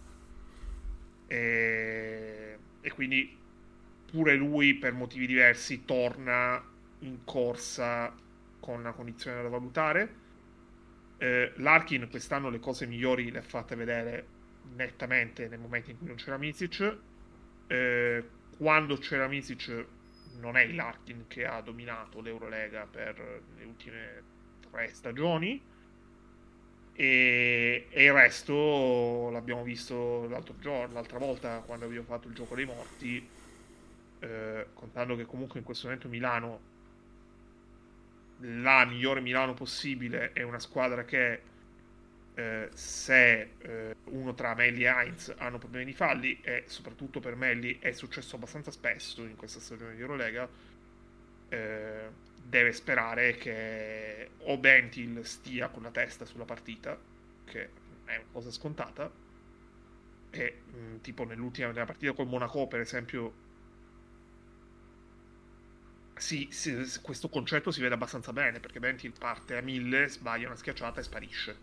e quindi pure lui per motivi diversi torna in corsa con una condizione da valutare. Larkin quest'anno le cose migliori le ha fatte vedere nettamente nel momento in cui non c'era Micic. Quando c'era Micic non è il Larkin che ha dominato l'Eurolega per le ultime 3 stagioni, e il resto l'abbiamo visto l'altra volta quando abbiamo fatto il gioco dei morti, contando che comunque in questo momento Milano, la migliore Milano possibile, è una squadra che se uno tra Melli e Heinz hanno problemi di falli, e soprattutto per Melli è successo abbastanza spesso in questa stagione di Eurolega, deve sperare che o Bentil stia con la testa sulla partita, che è una cosa scontata, e tipo nella partita col Monaco per esempio questo concetto si vede abbastanza bene, perché Bentil parte a 1000, sbaglia una schiacciata e sparisce.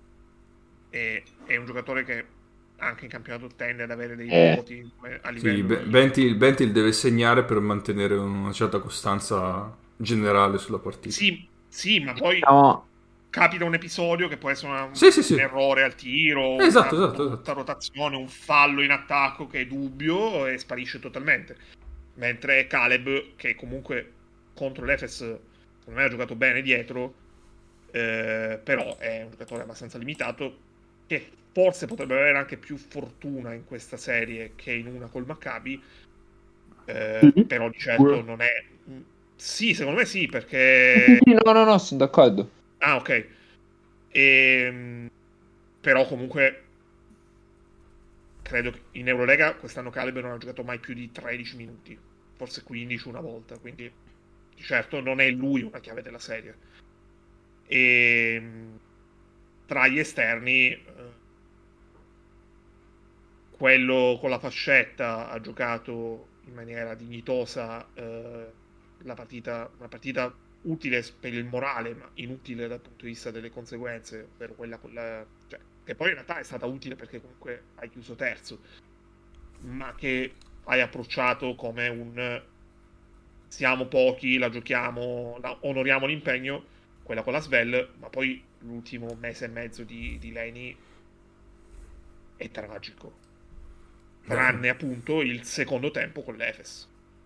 È un giocatore che anche in campionato tende ad avere dei voti a livello Bentil deve segnare per mantenere una certa costanza generale sulla partita. Sì, ma poi capita un episodio che può essere un errore al tiro, una rotazione, un fallo in attacco che è dubbio e sparisce totalmente. Mentre Caleb, che comunque contro l'Efes secondo me ha giocato bene dietro, però è un giocatore abbastanza limitato, che forse potrebbe avere anche più fortuna in questa serie che in una col Maccabi, però di certo non è... Sì, secondo me sì, perché... No, sono d'accordo. Ah, ok. Però comunque credo che in Eurolega quest'anno Caleb non ha giocato mai più di 13 minuti, forse 15 una volta, quindi di certo non è lui una chiave della serie. E tra gli esterni quello con la fascetta ha giocato in maniera dignitosa una partita utile per il morale, ma inutile dal punto di vista delle conseguenze, ovvero quella con che poi in realtà è stata utile perché comunque hai chiuso terzo, ma che hai approcciato come un siamo pochi, la giochiamo, onoriamo l'impegno, quella con la Svel, ma poi l'ultimo mese e mezzo di Leni è tragico, tranne appunto il secondo tempo con l'Efes.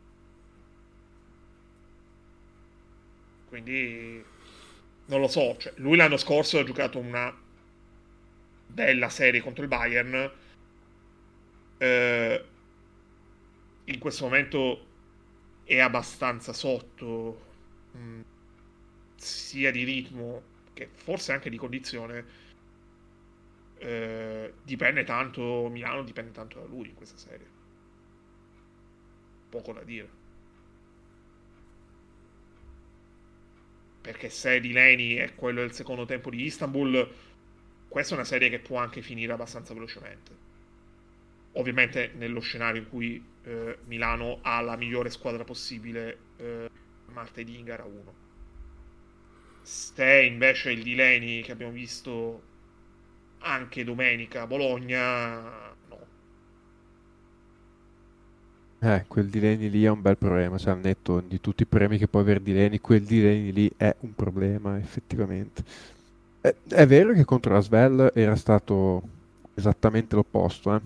Quindi non lo so, cioè, lui l'anno scorso ha giocato una bella serie contro il Bayern, in questo momento è abbastanza sotto, sia di ritmo che forse anche di condizione. Dipende tanto Milano, dipende tanto da lui in questa serie, poco da dire. Perché se di Leni è quello del secondo tempo di Istanbul, questa è una serie che può anche finire abbastanza velocemente. Ovviamente nello scenario in cui Milano ha la migliore squadra possibile martedì in gara 1. Se invece il di Leni che abbiamo visto anche domenica a Bologna, no. Quel di Leni lì è un bel problema, cioè al netto di tutti i premi che può avere di Leni, quel di Leni lì è un problema effettivamente. È vero che contro la Svel era stato esattamente l'opposto,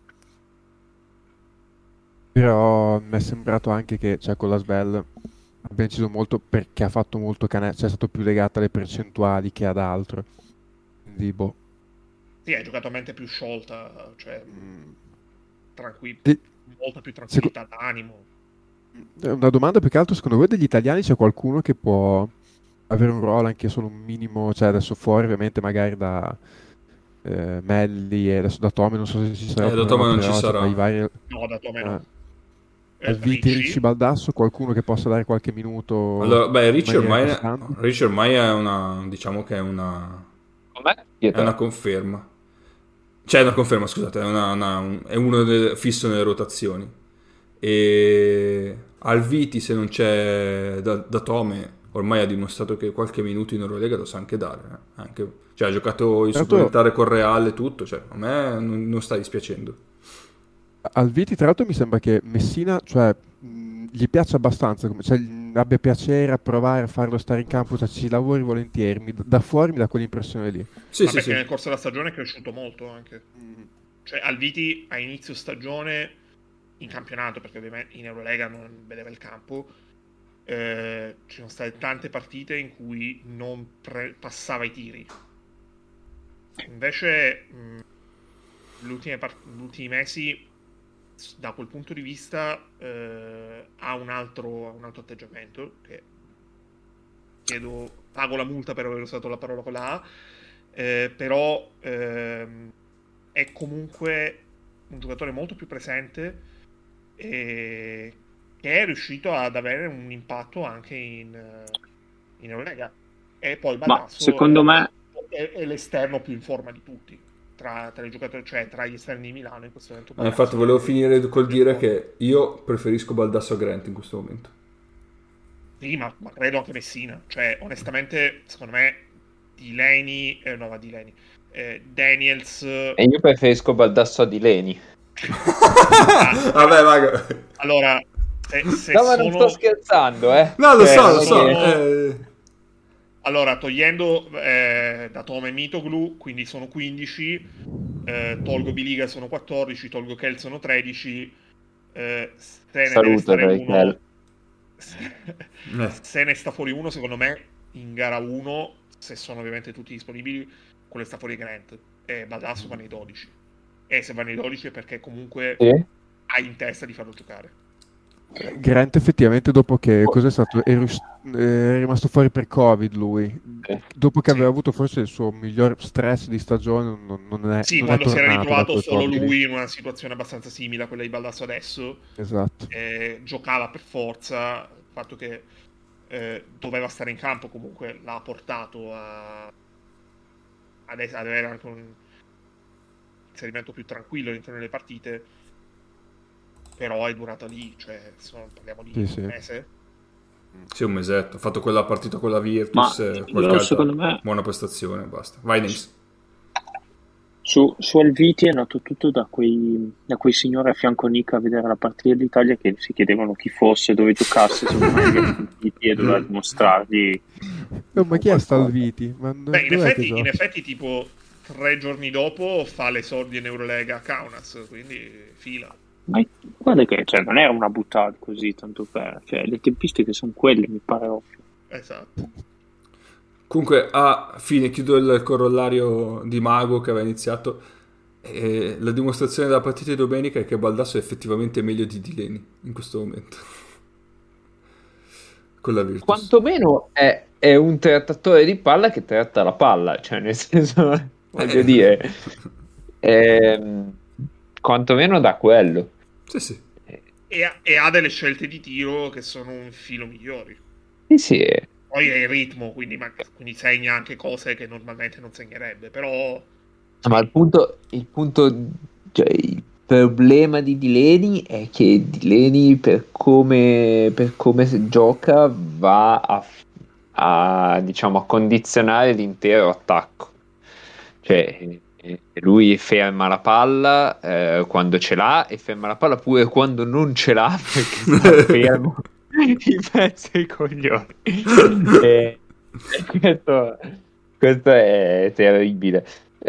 però mi è sembrato anche che con la Svel abbia inciso molto perché ha fatto molto canestro, è stato più legato alle percentuali che ad altro. Quindi boh. Sì, ha giocato a mente più sciolta, cioè tranquillo, molta più tranquillità d'animo. Una domanda più che altro, secondo voi degli italiani c'è qualcuno che può avere un ruolo anche solo un minimo, cioè adesso fuori ovviamente magari da Melli e adesso da Tome, non so se ci sarà da Tome non ci sarà. No, da Tome no. Ricci Baldasso, qualcuno che possa dare qualche minuto. Allora, Ricci ormai è una, diciamo che è una conferma. Cioè, una conferma, scusate, è uno fisso nelle rotazioni. E Alviti, se non c'è da Tome, ormai ha dimostrato che qualche minuto in Eurolega lo sa anche dare. Cioè, ha giocato il supplementare con Real e tutto. Cioè, a me non sta dispiacendo. Alviti, tra l'altro, mi sembra che Messina, cioè, gli piaccia abbastanza, cioè, abbia piacere a provare a farlo stare in campo, cioè, ci lavori volentieri. Da fuori mi dà quell'impressione lì. Sì. Nel corso della stagione è cresciuto molto anche. Cioè, Alviti a inizio stagione in campionato, perché ovviamente in Eurolega non vedeva il campo, ci sono state tante partite in cui non passava i tiri. Invece gli ultimi mesi, da quel punto di vista, ha un altro atteggiamento, che pago la multa per aver usato la parola con la A, però è comunque un giocatore molto più presente e che è riuscito ad avere un impatto anche in Eurolega. E poi Baldasso secondo me è l'esterno più in forma di tutti tra i giocatori, cioè tra gli esterni di Milano in questo momento. Infatti volevo finire col dire che io preferisco Baldasso a Grant in questo momento. Sì, ma credo anche Messina. Cioè, onestamente, secondo me, Daniels... E io preferisco Baldasso a Dileni. Vabbè, vaga. Allora, se No, ma non sto sono... scherzando, No, lo so, non lo è so. che- Allora, togliendo Datome e Mitoglu, quindi sono 15, tolgo Biliga sono 14, tolgo Kel sono 13, se ne deve Saluto stare Raichel. uno, se ne sta fuori uno, secondo me, in gara 1, se sono ovviamente tutti disponibili, quello sta fuori Grant, e Baldasso va nei 12. E se va nei 12 è perché comunque Sì? hai in testa di farlo giocare. Grant effettivamente dopo che cos'è stato? È rimasto fuori per Covid lui. Dopo che Sì. aveva avuto forse il suo miglior stress di stagione, non Sì, è quando si era tornato da ritrovato quel solo Covid lì. lui in una situazione abbastanza simile a quella di Baldasso adesso, Esatto. giocava per forza, il fatto che doveva stare in campo comunque l'ha portato ad avere anche un inserimento più tranquillo all'interno delle partite, però è durata lì, cioè parliamo di Sì. un mese. Sì, un mesetto. Ho fatto quella partita con la Virtus, qualche io, altra secondo me, buona prestazione, basta. Vai, Nils. su Alviti è nato tutto da quei signori a fianco a Nick a vedere la partita dell'Italia che si chiedevano chi fosse, dove giocasse, secondo me gli Alviti e doveva dimostrargli No, ma chi è qualcosa. Stalviti? Ma Beh, dov'è che in gioca? effetti tipo 3 giorni dopo fa l'esordio in Eurolega a Kaunas, quindi fila. Ma guarda che non era una buttata così, tanto per... Cioè, le tempistiche sono quelle, mi pare ovvio. Esatto. Comunque, a fine, chiudo il corollario di Mago che aveva iniziato. La dimostrazione della partita di domenica è che Baldasso è effettivamente meglio di Dileni in questo momento. Con la Virtus. Quantomeno è un trattatore di palla che tratta la palla, cioè nel senso, voglio dire, quantomeno da quello. Sì. E ha delle scelte di tiro che sono un filo migliori. Sì. Poi è il ritmo, quindi segna anche cose che normalmente non segnerebbe, però... Ma il punto, cioè, il problema di Delaney è che Delaney per come gioca va diciamo, a condizionare l'intero attacco. Cioè, lui ferma la palla quando ce l'ha e ferma la palla pure quando non ce l'ha perché sta fermo in mezzo ai coglioni. E questo è terribile.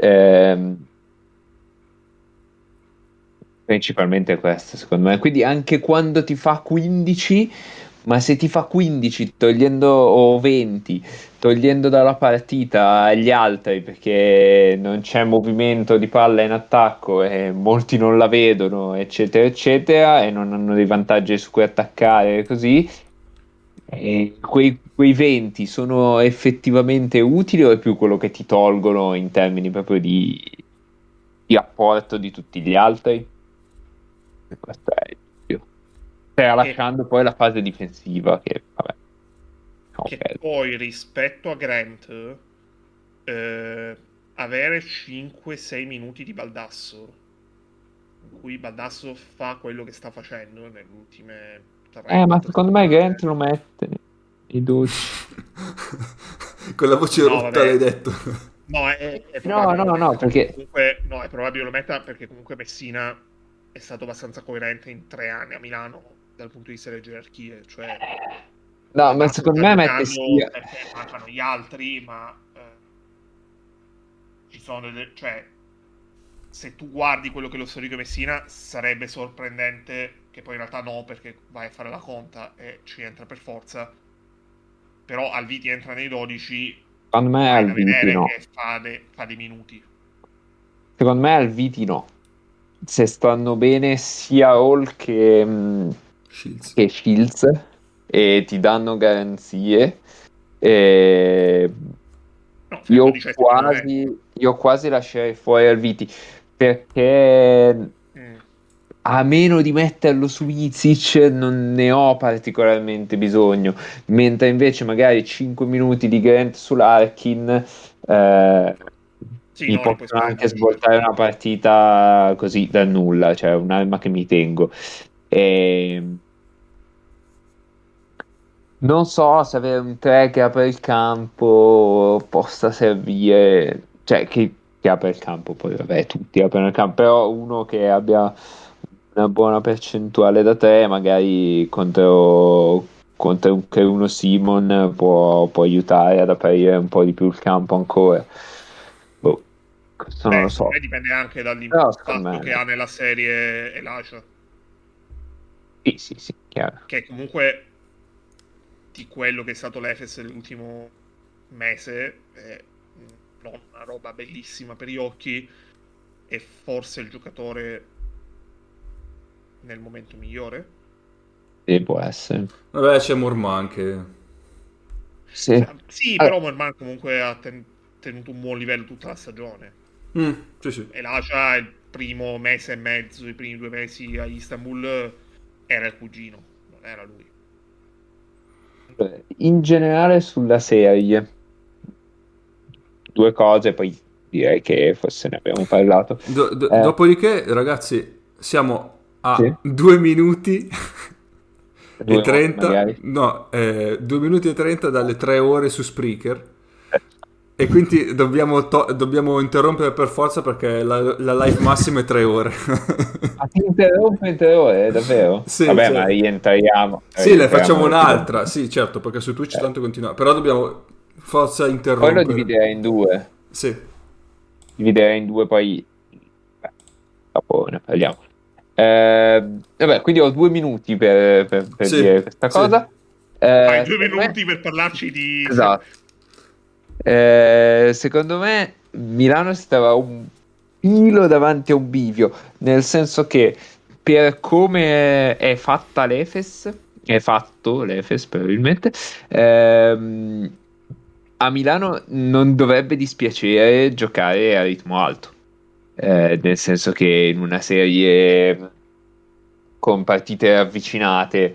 Principalmente questo, secondo me. Quindi anche quando ti fa 15, ma se ti fa 15 togliendo o 20, togliendo dalla partita gli altri perché non c'è movimento di palla in attacco e molti non la vedono, eccetera, eccetera, e non hanno dei vantaggi su cui attaccare così. E quei 20 sono effettivamente utili o è più quello che ti tolgono in termini proprio di apporto di tutti gli altri? Questo è il dubbio. Tralasciando poi la fase difensiva che vabbè. Che poi rispetto a Grant avere 5-6 minuti di Baldasso in cui Baldasso fa quello che sta facendo nelle ultime 3 ma secondo me Grant lo mette i 12. Con la voce rotta l'hai detto. No, è No, perché comunque, no, è probabile lo metta perché comunque Messina è stato abbastanza coerente in 3 anni a Milano dal punto di vista delle gerarchie, cioè no, ma secondo me mette sia perché mancano gli altri, ma ci sono cioè se tu guardi quello che è lo storico di Messina sarebbe sorprendente che poi in realtà no, perché vai a fare la conta e ci entra per forza, però Alviti entra nei 12. Secondo me Alviti no. Che fa dei minuti. Secondo me Alviti no. Se stanno bene sia Hall che Shields e ti danno garanzie. Io quasi lascerei fuori Alviti perché a meno di metterlo su Izic non ne ho particolarmente bisogno, mentre invece magari 5 minuti di Grant sull'Arkin mi possono anche svoltare una partita così dal nulla, cioè un'arma che mi tengo. Non so se avere un 3 che apre il campo possa servire, cioè che apre il campo, poi vabbè tutti aprono il campo, però uno che abbia una buona percentuale da 3 magari contro che uno Simon può aiutare ad aprire un po' di più il campo ancora. Boh, questo non lo so. Dipende anche Però, dall'impatto che ha nella serie Elijah. Sì, chiaro. Che comunque di quello che è stato l'Efes nell'ultimo mese è non una roba bellissima per gli occhi, e forse il giocatore nel momento migliore. Sì, può essere. Vabbè, c'è Morman che... Sì, Però Morman comunque ha tenuto un buon livello tutta la stagione. Sì. E Lascia il primo mese e mezzo, i primi 2 mesi a Istanbul era il cugino, non era lui. In generale sulla serie, 2 cose, poi direi che forse ne abbiamo parlato. Dopodiché, ragazzi, siamo a Sì. 2 minuti e 30. Magari. No, 2 minuti e 30 dalle 3 ore su Spreaker. E quindi dobbiamo interrompere per forza perché la live massima è 3 ore. Ma ti interrompe 3 ore, davvero? Sì, Vabbè, cioè... ma rientriamo. Sì, ne facciamo un'altra. Sì, certo, perché su Twitch tanto continua. Però dobbiamo forza interrompere. Poi lo dividerei in 2. Sì. Dividerei in 2, poi dopo ne parliamo. Vabbè, quindi ho 2 minuti per Sì, dire questa cosa. Hai 2 minuti per parlarci di... Esatto. Secondo me Milano stava un filo davanti a un bivio, nel senso che per come è fatta l'Efes, è fatto l'Efes probabilmente, a Milano non dovrebbe dispiacere giocare a ritmo alto, nel senso che in una serie con partite ravvicinate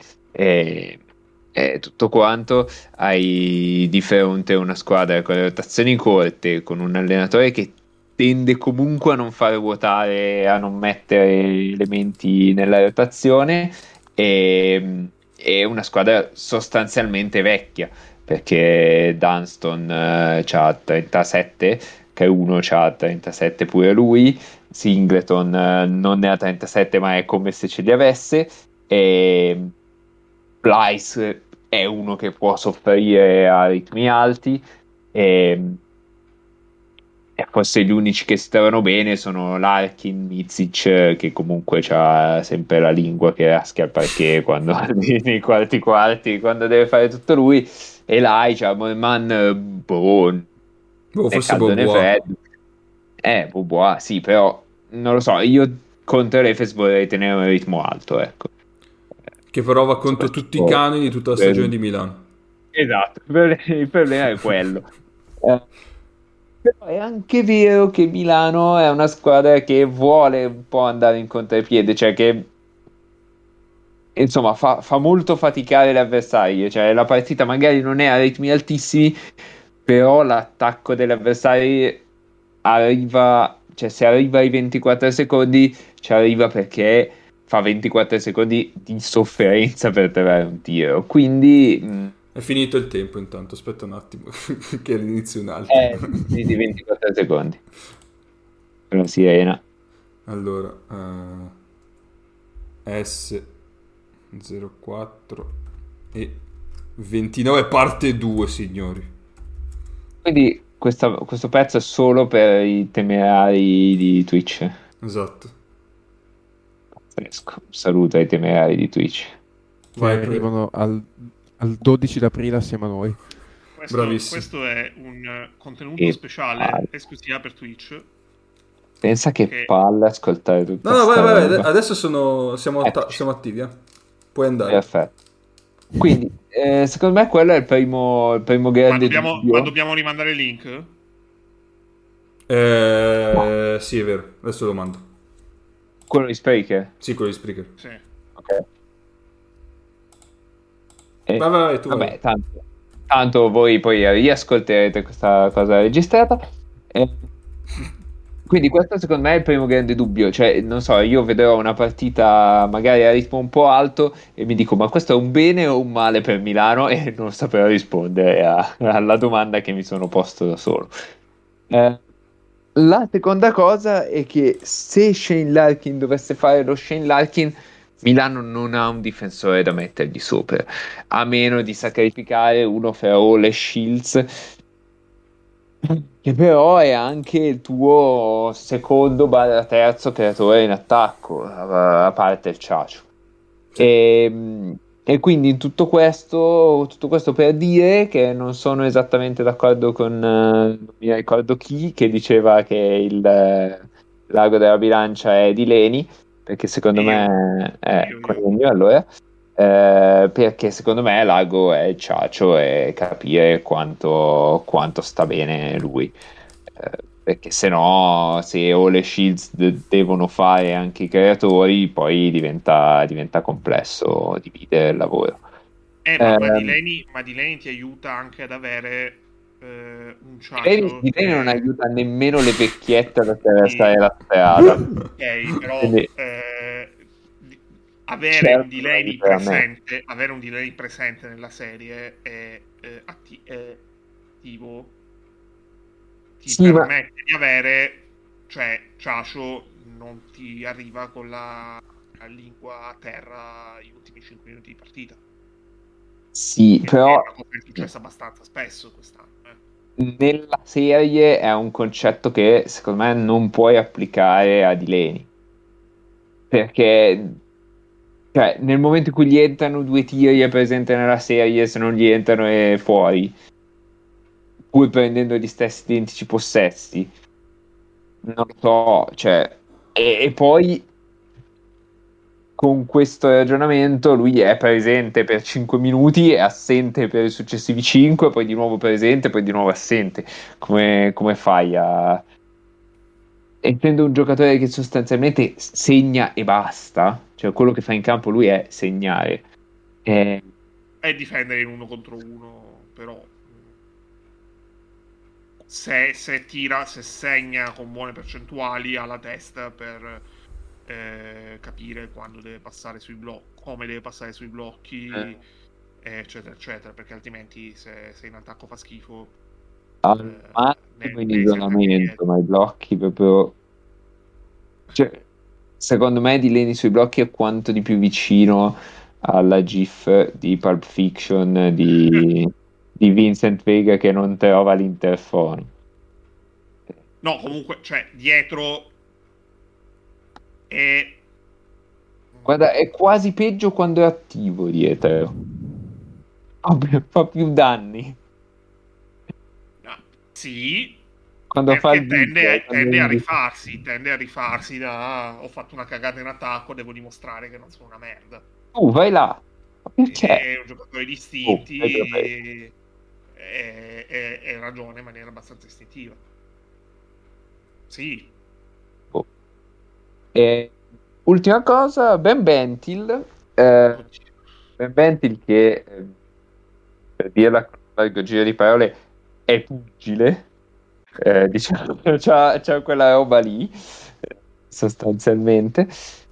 tutto quanto, hai di fronte una squadra con le rotazioni corte, con un allenatore che tende comunque a non fare ruotare, a non mettere elementi nella rotazione, e una squadra sostanzialmente vecchia, perché Dunston c'ha 37, che uno c'ha 37 pure lui, Singleton non ne ha 37 ma è come se ce li avesse, e Plyce è uno che può soffrire a ritmi alti, e forse gli unici che stavano bene sono Larkin, Mizic, che comunque ha sempre la lingua che raschia al parquet quando nei quarti quando deve fare tutto lui, e là c'ha Morman, Forse Bobois. Bobois, sì, però non lo so, io contro l'Efes vorrei tenere un ritmo alto, ecco. Che però va contro tutti i canoni di tutta la stagione di Milano. Esatto, il problema è quello. Però è anche vero che Milano è una squadra che vuole un po' andare in contropiede, cioè che insomma fa molto faticare l'avversario, cioè la partita magari non è a ritmi altissimi, però l'attacco degli avversari arriva, cioè se arriva ai 24 secondi ci arriva perché fa 24 secondi di sofferenza per tirare un tiro, quindi è finito il tempo intanto, aspetta un attimo che all'inizio un altro di 24 secondi per la sirena. Allora S04 e 29 parte 2, signori. Quindi questo pezzo è solo per i temerari di Twitch. Esatto. Pazzesco. Saluto ai temerari di Twitch. Che arrivano al 12 d'aprile assieme a noi. Questo è un contenuto speciale esclusiva per Twitch. Pensa che palle ascoltare tutto. No, vai, adesso siamo attivi, puoi andare. Perfetto. Quindi secondo me quello è il primo grande ma dobbiamo rimandare il link? Sì, è vero, adesso lo mando. Quello di Spreaker? Sì, quello di Spreaker. Sì. Ok. Vai, tu vabbè, tanto voi poi riascolterete questa cosa registrata. Quindi questo secondo me è il primo grande dubbio, cioè non so, io vedrò una partita magari a ritmo un po' alto e mi dico ma questo è un bene o un male per Milano e non saprò rispondere alla domanda che mi sono posto da solo. La seconda cosa è che se Shane Larkin dovesse fare lo Shane Larkin, Milano non ha un difensore da mettergli sopra, a meno di sacrificare uno fra Hall e Shields, che però è anche il tuo secondo terzo creatore in attacco, a parte il Ciacio. E quindi in tutto questo per dire che non sono esattamente d'accordo con, non mi ricordo chi, che diceva che il l'ago della bilancia è di Leni, perché secondo me è Io. allora. Perché secondo me l'ago è il Ciacio e capire quanto sta bene lui. Perché se no, se o le Shields devono fare anche i creatori, poi diventa complesso dividere il lavoro. Ma di Leni ti aiuta anche ad avere un Ciacio Di Leni non che... aiuta nemmeno le vecchiette ad attraversare la strada. Ok, però Quindi, avere certo, un delay presente nella serie è attivo, ti sì, permette di avere, cioè Ciacio non ti arriva con la lingua a terra gli ultimi 5 minuti di partita. sì, però È una cosa che è successa abbastanza spesso quest'anno. Nella serie è un concetto che secondo me non puoi applicare a Dileni, perché cioè, nel momento in cui gli entrano 2 tiri è presente nella serie, se non gli entrano è fuori, pur prendendo gli stessi identici possessi. Non lo so, cioè, e poi con questo ragionamento lui è presente per 5 minuti, è assente per i successivi 5, poi di nuovo presente, poi di nuovo assente. Come fai a... Essendo un giocatore che sostanzialmente segna e basta, cioè quello che fa in campo lui è segnare. È difendere in 1 contro 1, però se segna con buone percentuali ha la testa per capire quando deve passare sui blocchi, come deve passare sui blocchi, eccetera, eccetera, perché altrimenti se in attacco fa schifo. Al massimo in isolamento, ma i blocchi proprio... Cioè, secondo me di Leni sui blocchi è quanto di più vicino alla GIF di Pulp Fiction di Vincent Vega che non trova l'interfono. No, comunque, cioè, dietro è... Guarda, è quasi peggio quando è attivo dietro. Fa più danni. Sì, Quando fa il tende a rifarsi da ho fatto una cagata in attacco, devo dimostrare che non sono una merda. Vai là. Perché? È un giocatore di istinti e ragiona in maniera abbastanza istintiva. Sì. Ultima cosa, Ben Bentil. Ben Bentil che, per dirla con un largo giro di parole, è pugile. Diciamo, c'ha quella roba lì, sostanzialmente.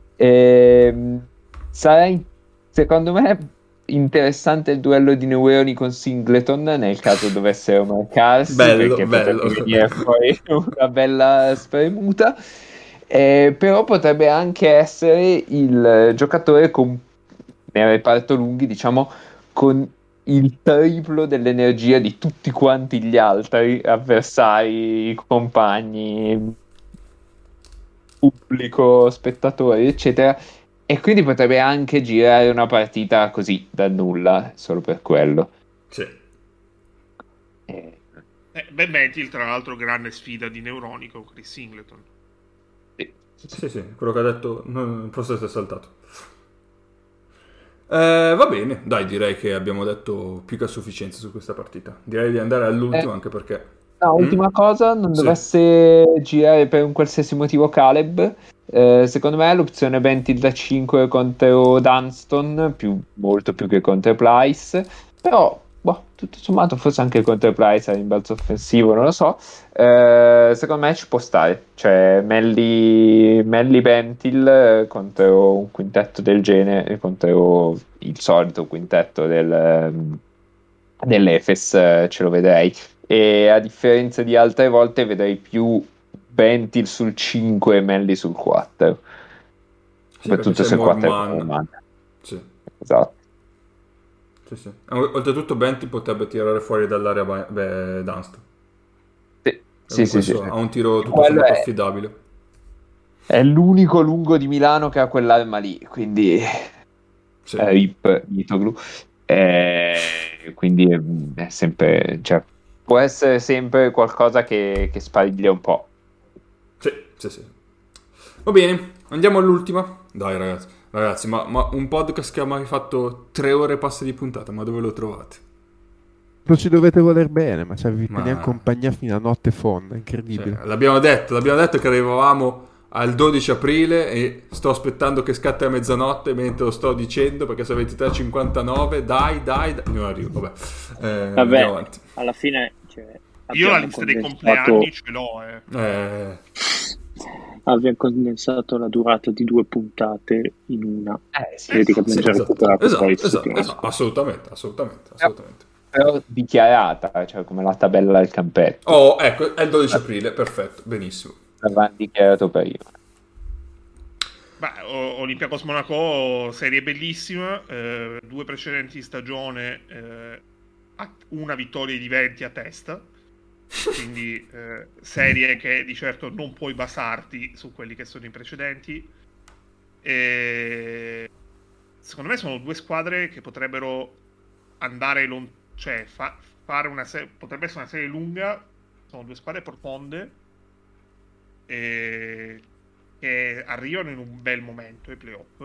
Sarà, secondo me, interessante il duello di neuroni con Singleton nel caso dovessero marcarsi, perché potrebbe venire fuori una bella spremuta. Però potrebbe anche essere il giocatore nel reparto lunghi, diciamo, con il triplo dell'energia di tutti quanti gli altri avversari, compagni, pubblico, spettatori, eccetera. E quindi potrebbe anche girare una partita così dal nulla, solo per quello. Sì. Ben Bentil, tra l'altro, grande sfida di neuroni con Chris Singleton. Sì, quello che ha detto, forse si è saltato. Va bene, dai, direi che abbiamo detto più che a sufficienza su questa partita. Direi di andare all'ultimo, anche perché... No, ultima cosa, non dovesse girare per un qualsiasi motivo Caleb, secondo me l'opzione Bentil da 5 contro Dunston, molto più che contro Plyce, però tutto sommato forse anche contro il Price a rimbalzo offensivo, non lo so. Secondo me ci può stare, cioè Melli Bentil contro un quintetto del genere, contro il solito quintetto dell'Efes, ce lo vedrei, e a differenza di altre volte vedrei più Bentil sul 5 e Melli sul 4, soprattutto se il 4 è Morman. Sì. Esatto. Sì. Oltretutto Bentil potrebbe tirare fuori dall'area Dunst. Sì. Ha un tiro tutto sommato affidabile. È l'unico lungo di Milano che ha quell'arma lì, quindi Rip Mitoglu. Quindi è sempre, cioè, può essere sempre qualcosa che spariglia un po'. Sì. Va bene, andiamo all'ultima. Dai ragazzi, ma un podcast che ha mai fatto 3 ore e passa di puntata, ma dove lo trovate? Non ci dovete voler bene, ma ci teniamo in compagnia fino a notte fonda, incredibile. Cioè, l'abbiamo detto che arrivavamo al 12 aprile e sto aspettando che scatti a mezzanotte mentre lo sto dicendo, perché sono 23:59, dai, non arrivo, vabbè, andiamo avanti. Alla fine, cioè, io la lista dei compleanni ce l'ho, Abbiamo condensato la durata di 2 puntate in una. Vedi che abbiamo già recuperato esatto. Assolutamente. Però dichiarata, cioè come la tabella del campetto. Oh, ecco, è il 12 aprile, perfetto, benissimo. L'avevamo dichiarato prima. Olympiacos Monaco, serie bellissima, 2 precedenti di stagione, una vittoria di 20 a testa, quindi serie che di certo non puoi basarti su quelli che sono i precedenti. Secondo me sono 2 squadre che potrebbero andare cioè fare potrebbe essere una serie lunga. Sono 2 squadre profonde che arrivano in un bel momento ai playoff.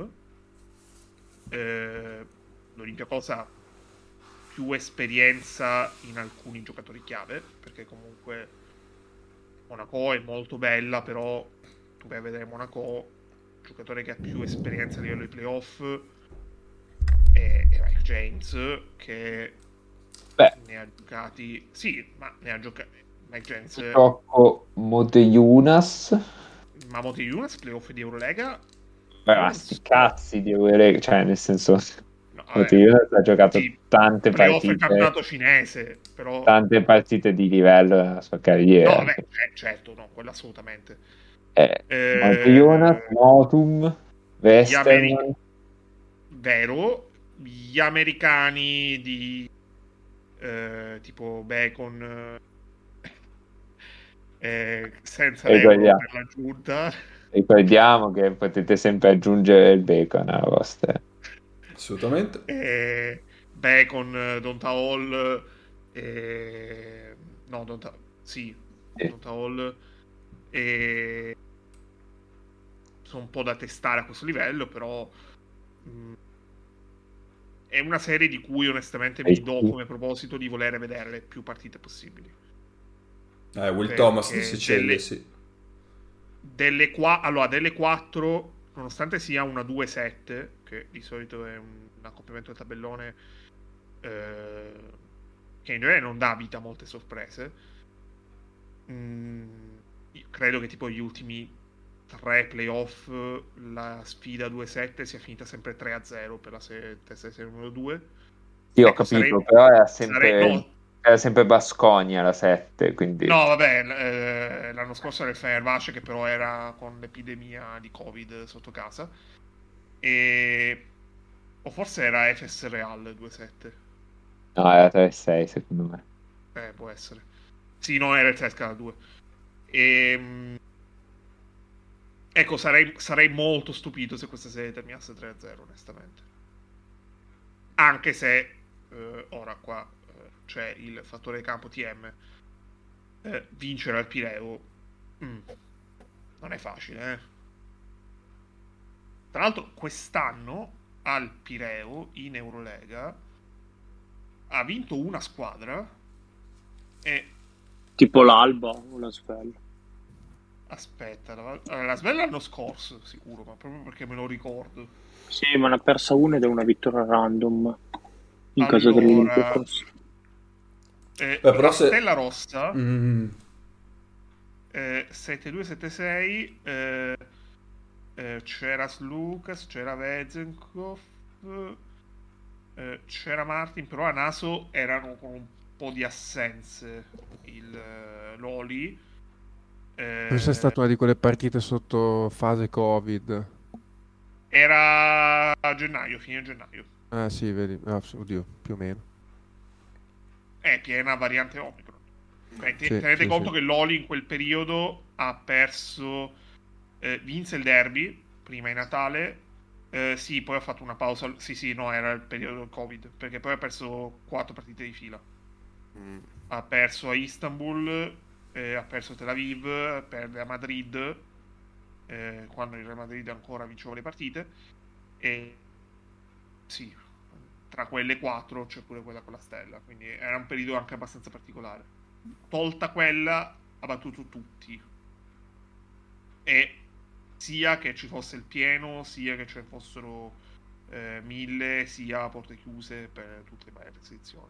L'Olympiacos ha più esperienza in alcuni giocatori chiave, perché comunque Monaco è molto bella, però tu vai a vedere Monaco, il giocatore che ha più esperienza a livello di playoff è Mike James, che ne ha giocati, Mike James, Motiejunas, ma Motiejunas playoff di Eurolega, sti cazzi di Eurolega, cioè nel senso Motiejunas ha giocato tante partite, il campionato cinese, però tante partite di livello nella sua carriera. No, certo, no, quello assolutamente. Motiejunas, Motum, Western, vero, gli americani di tipo Bacon, senza l'euro per l'aggiunta. Ricordiamo che potete sempre aggiungere il bacon alla vostra. Assolutamente. Bacon, Donta Hall, Donta Hall, sono un po' da testare a questo livello, però è una serie di cui onestamente mi do come proposito di volere vedere le più partite possibili. Will Thomas di Sicilia, sì. Delle 4, nonostante sia una 2-7, che di solito è un accoppiamento del tabellone che in genere non dà vita a molte sorprese, credo che tipo gli ultimi 3 playoff la sfida 2-7 sia finita sempre 3-0 per la serie numero 2. Sì, ho capito, però era sempre Baskonia la 7, quindi... No, vabbè, l'anno scorso era il Fenerbahce, che però era con l'epidemia di Covid sotto casa, o forse era Efes Real 2-7. No, era 3-6 secondo me. Può essere. Sì, no, era il Cesca 2. Ecco, sarei molto stupito se questa serie terminasse 3-0, onestamente. Anche se ora qua c'è il fattore campo TM. Vincere al Pireo non è facile, Tra l'altro quest'anno al Pireo in Eurolega ha vinto una squadra tipo l'Alba o la Svel. Aspetta, la Svel l'anno scorso sicuro, ma proprio perché me lo ricordo. Sì, ma ne ha persa una ed è una vittoria random in casa dell'Olympiacos. però Stella Rossa, Mm. 7-2-7-6, c'era Lucas, c'era Vezenkov, c'era Martin, però a naso erano con un po' di assenze l'Oli. Forse è stata una di quelle partite sotto fase Covid. Era a gennaio, fine gennaio. Ah sì, vedi, oddio, più o meno. È piena variante Omicron. Sì, Tenete sì, conto sì. che l'Oli in quel periodo ha perso, vinse il derby prima di Natale. Sì, poi ha fatto una pausa. Sì, no, era il periodo Covid, perché poi ha perso 4 partite di fila. Mm. Ha perso a Istanbul, ha perso a Tel Aviv, perde a Madrid, quando il Real Madrid ancora vinceva le partite. E sì, tra quelle 4 c'è pure quella con la stella, quindi era un periodo anche abbastanza particolare. Tolta quella, ha battuto tutti. E sia che ci fosse il pieno, sia che ce ne fossero 1000, sia a porte chiuse per tutte le varie restrizioni.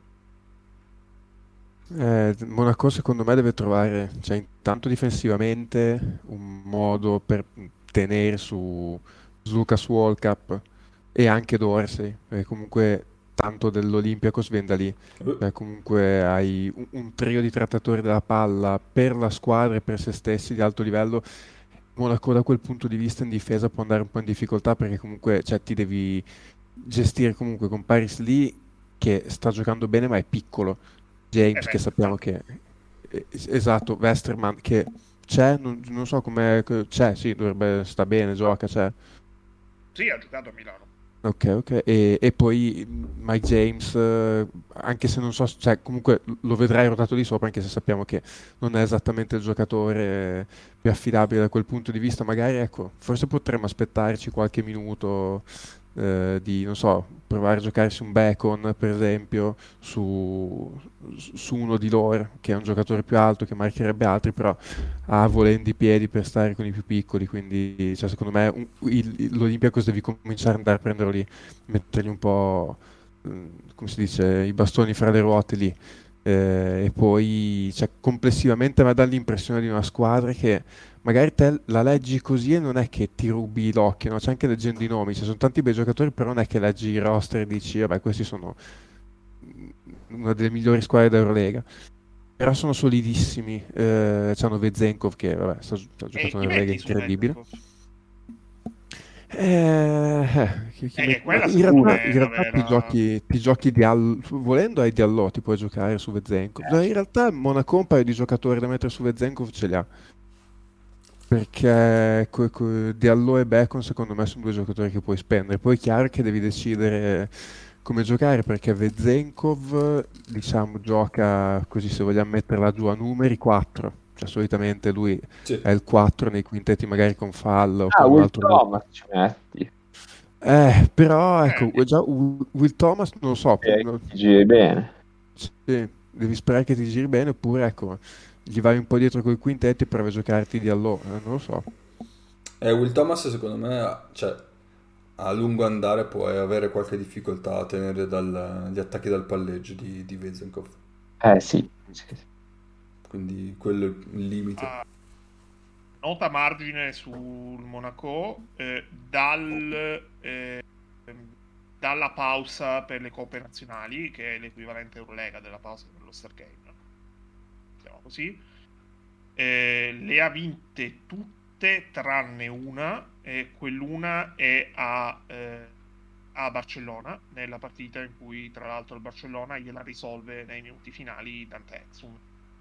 Monaco secondo me deve trovare, cioè intanto difensivamente, un modo per tenere su Lucas World Cup e anche Dorsey, perché comunque tanto dell'Olympiacos viene da lì. Comunque hai un trio di trattatori della palla per la squadra e per se stessi di alto livello. Monaco da quel punto di vista in difesa può andare un po' in difficoltà perché comunque cioè, ti devi gestire comunque con Paris Lee che sta giocando bene ma è piccolo. James che sappiamo che esatto, Westerman che c'è, non so com'è, c'è, sì, dovrebbe sta bene, gioca, c'è. Sì, ha giocato a Milano. Ok, e poi Mike James, anche se non so, cioè comunque lo vedrai rotato di sopra, anche se sappiamo che non è esattamente il giocatore più affidabile da quel punto di vista, magari ecco, forse potremmo aspettarci qualche minuto di, non so, provare a giocare su un Bacon, per esempio, su uno di loro, che è un giocatore più alto, che marcherebbe altri, però ha volendo i piedi per stare con i più piccoli, quindi cioè, secondo me l'Olympiacos devi cominciare ad andare a prenderlo lì, mettergli un po', come si dice, i bastoni fra le ruote lì. E poi cioè, complessivamente mi dà l'impressione di una squadra che magari te la leggi così e non è che ti rubi l'occhio, no? C'è anche leggendo i nomi, ci sono tanti bei giocatori, però non è che leggi i roster e dici, vabbè, questi sono una delle migliori squadre d'Eurolega. Però sono solidissimi. C'hanno Vezenkov che vabbè, sta giocando Chi una Lega metti su incredibile. Vezenkov? Ma Quella in secondo realtà, me in è la realtà vera... ti giochi volendo hai Diallo, ti puoi giocare su Vezenkov. No, in realtà Monaco un paio di giocatori da mettere su Vezenkov ce li ha. Perché Diallo e Bacon secondo me sono due giocatori che puoi spendere. Poi è chiaro che devi decidere come giocare perché Vezenkov diciamo gioca così se vogliamo metterla giù a numeri 4. Cioè solitamente lui Sì. è il 4 nei quintetti magari con fallo o Ah, con un Will altro Thomas ci metti. però ecco, già Will Thomas non lo so, Ti giri bene. sì, devi sperare che ti giri bene oppure ecco, gli vai un po' dietro coi quintetti per giocarti di allora, non lo so. Will Thomas secondo me, cioè, a lungo andare può avere qualche difficoltà a tenere gli attacchi dal palleggio di Vezenkov. Sì. Quindi quello è il limite. Nota margine sul Monaco dalla pausa per le coppe nazionali, che è l'equivalente Eurolega della pausa per lo Star Game, diciamo così. Le ha vinte tutte tranne una, e quell'una è a Barcellona, nella partita in cui tra l'altro il Barcellona gliela risolve nei minuti finali Dante Exum.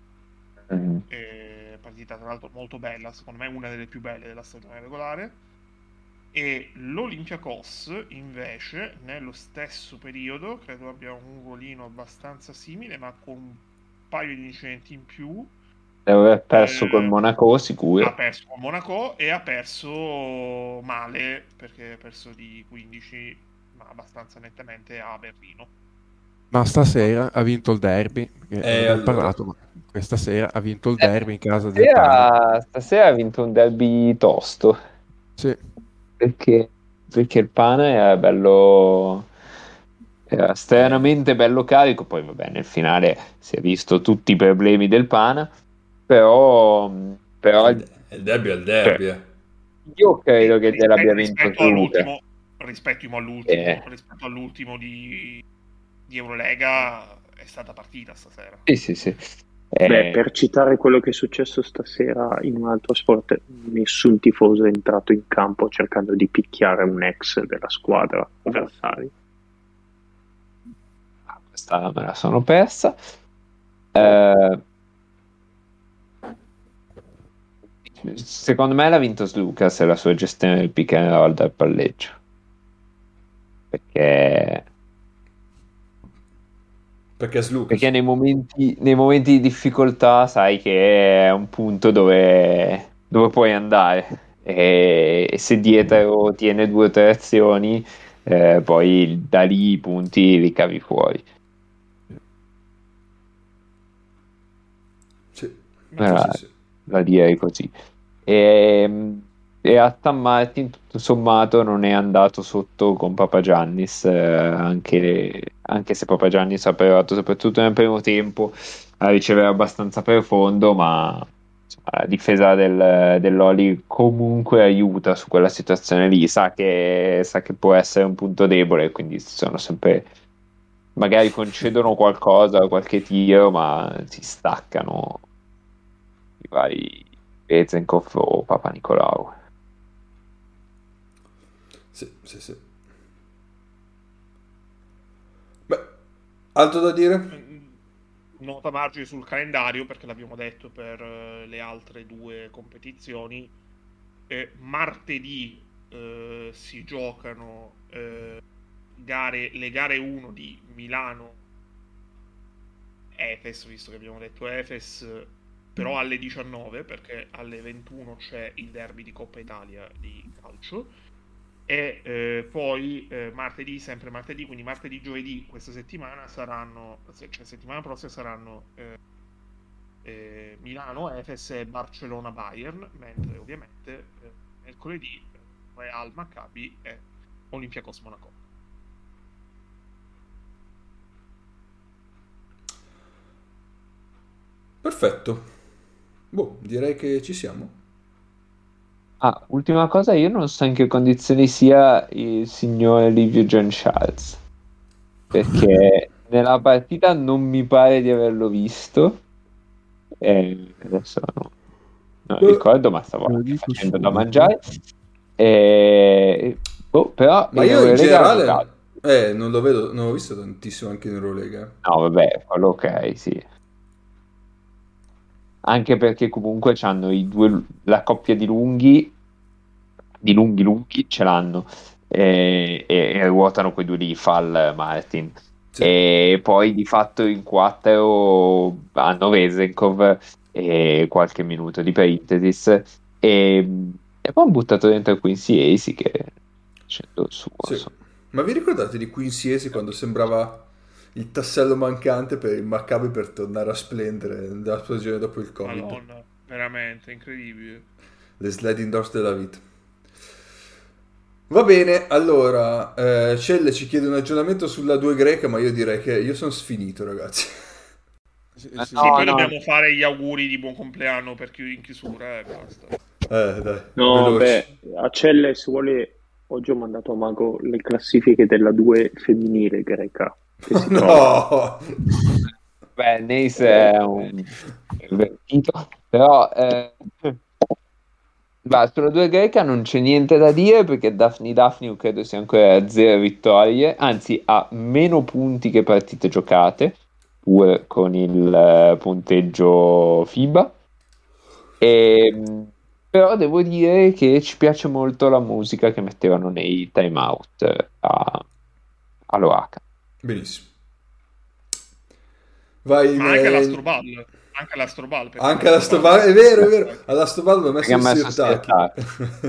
Partita tra l'altro molto bella, secondo me una delle più belle della stagione regolare. E l'Olympiacos invece nello stesso periodo credo abbia un ruolino abbastanza simile ma con un paio di incidenti in più. Deve aver perso col Monaco sicuro. Ha perso con Monaco e ha perso male perché ha perso di 15 ma abbastanza nettamente a Berlino. Ma stasera ha vinto il derby, perché non abbiamo allora. parlato, ma questa sera ha vinto il derby in casa del Pana. Stasera ha vinto un derby tosto. Sì. Perché il Pana è bello era stranamente bello carico, poi vabbè nel finale si è visto tutti i problemi del Pana, però Il derby è il derby, cioè, io credo che gliel'abbia vinto Luca. Rispetto all'ultimo di Eurolega è stata partita stasera. Sì. Beh, per citare quello che è successo stasera in un altro sport, nessun tifoso è entrato in campo cercando di picchiare un ex della squadra avversaria. Questa me la sono persa. Secondo me l'ha vinto Slucas e la sua gestione del pick and roll dal palleggio, perché Slucas. Perché nei momenti di difficoltà sai che è un punto dove puoi andare, e se dietro tiene 2 o 3 azioni, poi da lì i punti li cavi fuori. Sì. La direi così. E Aston Martin tutto sommato non è andato sotto con Papagiannis, anche se Papagiannis ha provato soprattutto nel primo tempo a ricevere abbastanza profondo, ma insomma, la difesa dell'Oli comunque aiuta su quella situazione lì, sa che può essere un punto debole, quindi sono sempre, magari concedono qualcosa, qualche tiro, ma si staccano i vari Bezenkov o Papanicolaou. Sì. Beh, altro da dire? Nota margine sul calendario, perché l'abbiamo detto per le altre 2 competizioni. Martedì si giocano le gare 1 di Milano Efes, visto che abbiamo detto Efes, però alle 19, perché alle 21 c'è il derby di Coppa Italia di calcio. E poi sempre martedì, quindi martedì, giovedì questa settimana saranno, cioè settimana prossima saranno Milano Efes e Barcellona Bayern, mentre ovviamente mercoledì Real Maccabi e Olympiacos Monaco. Perfetto. Direi che ci siamo. Ultima cosa, io non so in che condizioni sia il signor Livio John Charles, perché nella partita non mi pare di averlo visto, adesso non ricordo, ma stavo facendo da mangiare, però ma io in generale non lo vedo, non l'ho visto tantissimo anche in Eurolega. No vabbè, quello ok, sì, anche perché comunque c'hanno la coppia di lunghi ce l'hanno, e ruotano quei 2 lì, Fall Martin, sì. E poi di fatto in 4 hanno Vesenkov e qualche minuto di Perintesis, e poi hanno buttato dentro Quincy Acy che scendo il suo, sì. Ma vi ricordate di Quincy Acy quando sembrava il tassello mancante per il Maccabi per tornare a splendere nella stagione dopo il Covid? Madonna, veramente incredibile. Le sliding doors della vita. Va bene, allora Celle ci chiede un aggiornamento sulla 2 greca, ma io direi che io sono sfinito, ragazzi. Poi dobbiamo fare gli auguri di buon compleanno per in chiusura, basta. Dai, no, veloci. A Celle, se vuole, oggi ho mandato a Mago le classifiche della 2 femminile greca. No! Beh, Neis è un invertito, però sulla 2 greca non c'è niente da dire, perché Daphne credo sia ancora a 0 vittorie, anzi ha meno punti che partite giocate, pur con il punteggio FIBA, però devo dire che ci piace molto la musica che mettevano nei time out all'Oaca. Benissimo. Vai. Ma anche l'Astrobal. Anche l'Astrobal, è vero. All'Astrobal mi ha messo Sirtaki.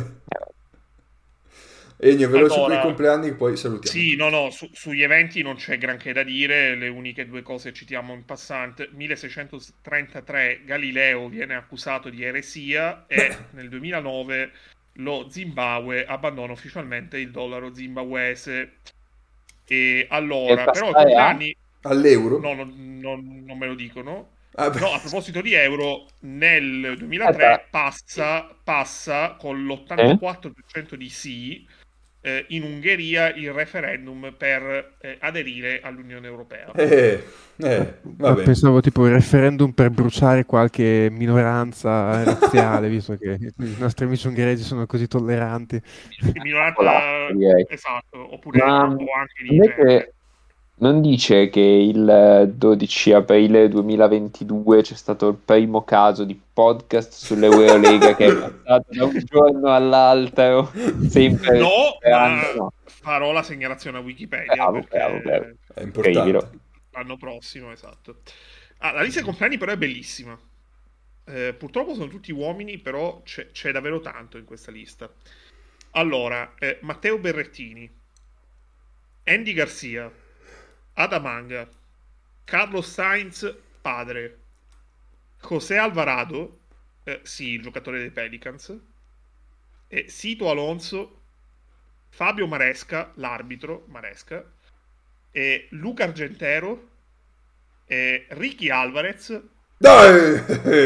Egno, veloce per i compleanni, poi salutiamo. Sì, no, sugli eventi non c'è granché da dire, le uniche 2 cose citiamo in passante. 1633 Galileo viene accusato di eresia e nel 2009 lo Zimbabwe abbandona ufficialmente il dollaro zimbabuese. E allora, E però i passare compleanni all'euro? no, non me lo dicono. Ah, beh. No, a proposito di euro, nel 2003 passa con l'84% di sì in Ungheria il referendum per aderire all'Unione Europea. Va bene. Pensavo tipo il referendum per bruciare qualche minoranza razziale, visto che i nostri amici ungheresi sono così tolleranti. Minoranza, direi. esatto, oppure Ma o anche di invece genere. non dice che il 12 aprile 2022 c'è stato il primo caso di podcast sull'Eurolega che è passato da un giorno all'altro, sempre No, ma no. farò la segnalazione a Wikipedia Bravo. perché È importante. l'anno prossimo, esatto. La lista dei compleanni però è bellissima. Purtroppo sono tutti uomini, però c'è davvero tanto in questa lista. Allora, Matteo Berrettini, Andy Garcia, Ada Manga, Carlos Sainz, padre, José Alvarado, sì, il giocatore dei Pelicans, Sito Alonso, Fabio Maresca, l'arbitro Maresca, Luca Argentero, Ricky Alvarez, Dai!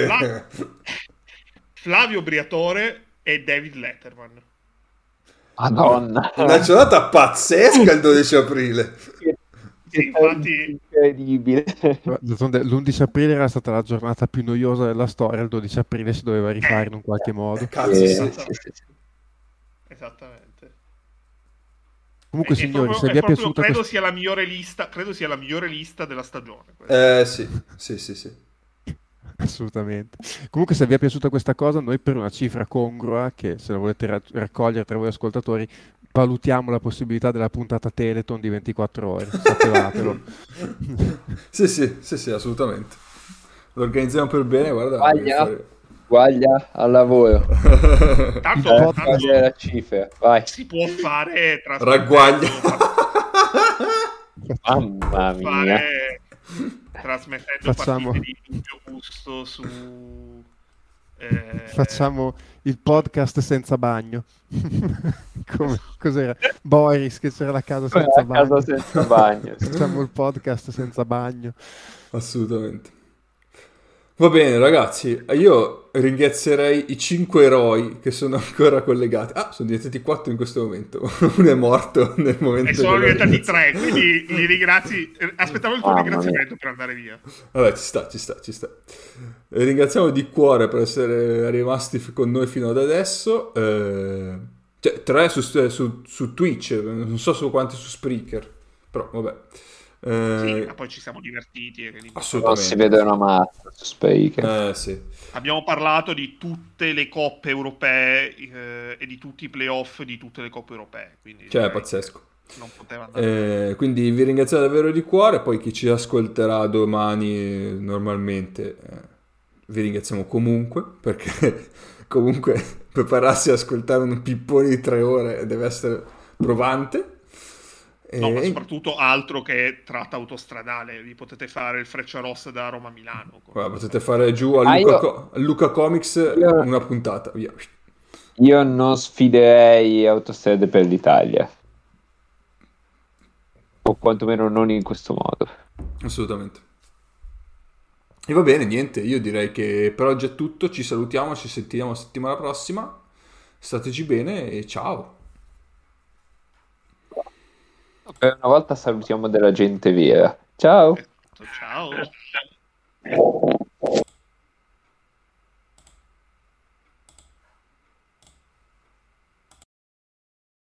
Flavio Briatore e David Letterman. Madonna. Una giornata pazzesca il 12 aprile. Sì, infatti, Incredibile. D'altronde l'11 aprile era stata la giornata più noiosa della storia, il 12 aprile si doveva rifare in un qualche modo. Cazzo, sì. Esattamente. Comunque, signori, se vi è piaciuta credo questa... sia la migliore lista della stagione. questa. Sì. Assolutamente. Comunque, se vi è piaciuta questa cosa, noi per una cifra congrua, che se la volete raccogliere tra voi ascoltatori, valutiamo la possibilità della puntata Teleton di 24 ore. Sapevatelo. Sì, assolutamente. Lo organizziamo per bene, guarda. Guaglia al lavoro. Tanto la cifra. Vai. si può fare Ragguaglia. Mamma mia. Trasmettendo Facciamo- partite di dubbio gusto su Facciamo il podcast senza bagno. Cos'era? Boris, che c'era la casa senza bagno. Casa senza bagno. Facciamo il podcast senza bagno. Assolutamente. Va bene, ragazzi, io ringrazierei i 5 eroi che sono ancora collegati. Ah, sono diventati 4 in questo momento. Uno è morto nel momento. e sono della diventati ringrazione. 3, quindi li ringrazi. Aspettavo il tuo Mamma ringraziamento per andare via. Vabbè, ci sta. Ringraziamo di cuore per essere rimasti con noi fino ad adesso. Cioè, 3 su Twitch, non so su quanti su Spreaker, però vabbè. Sì, ma poi ci siamo divertiti. Assolutamente. Non si vede una mazza su Speaker. Sì. Abbiamo parlato di tutte le coppe europee e di tutti i playoff di tutte le coppe europee. Quindi Cioè, è direi pazzesco. che non poteva andare. Quindi vi ringrazio davvero di cuore. Poi chi ci ascolterà domani normalmente vi ringraziamo comunque, perché comunque prepararsi ad ascoltare un pippone di 3 ore deve essere provante. No, ma soprattutto altro che tratta autostradale. Vi potete fare il Frecciarossa da Roma a Milano. Guarda, potete fare giù a Luca Comics una puntata, via. Io non sfiderei Autostrade per l'Italia. O quantomeno non in questo modo. Assolutamente. E va bene, niente, io direi che per oggi è tutto, ci salutiamo, ci sentiamo la settimana prossima. Stateci bene e ciao. Per una volta salutiamo della gente vera. Ciao. Ciao.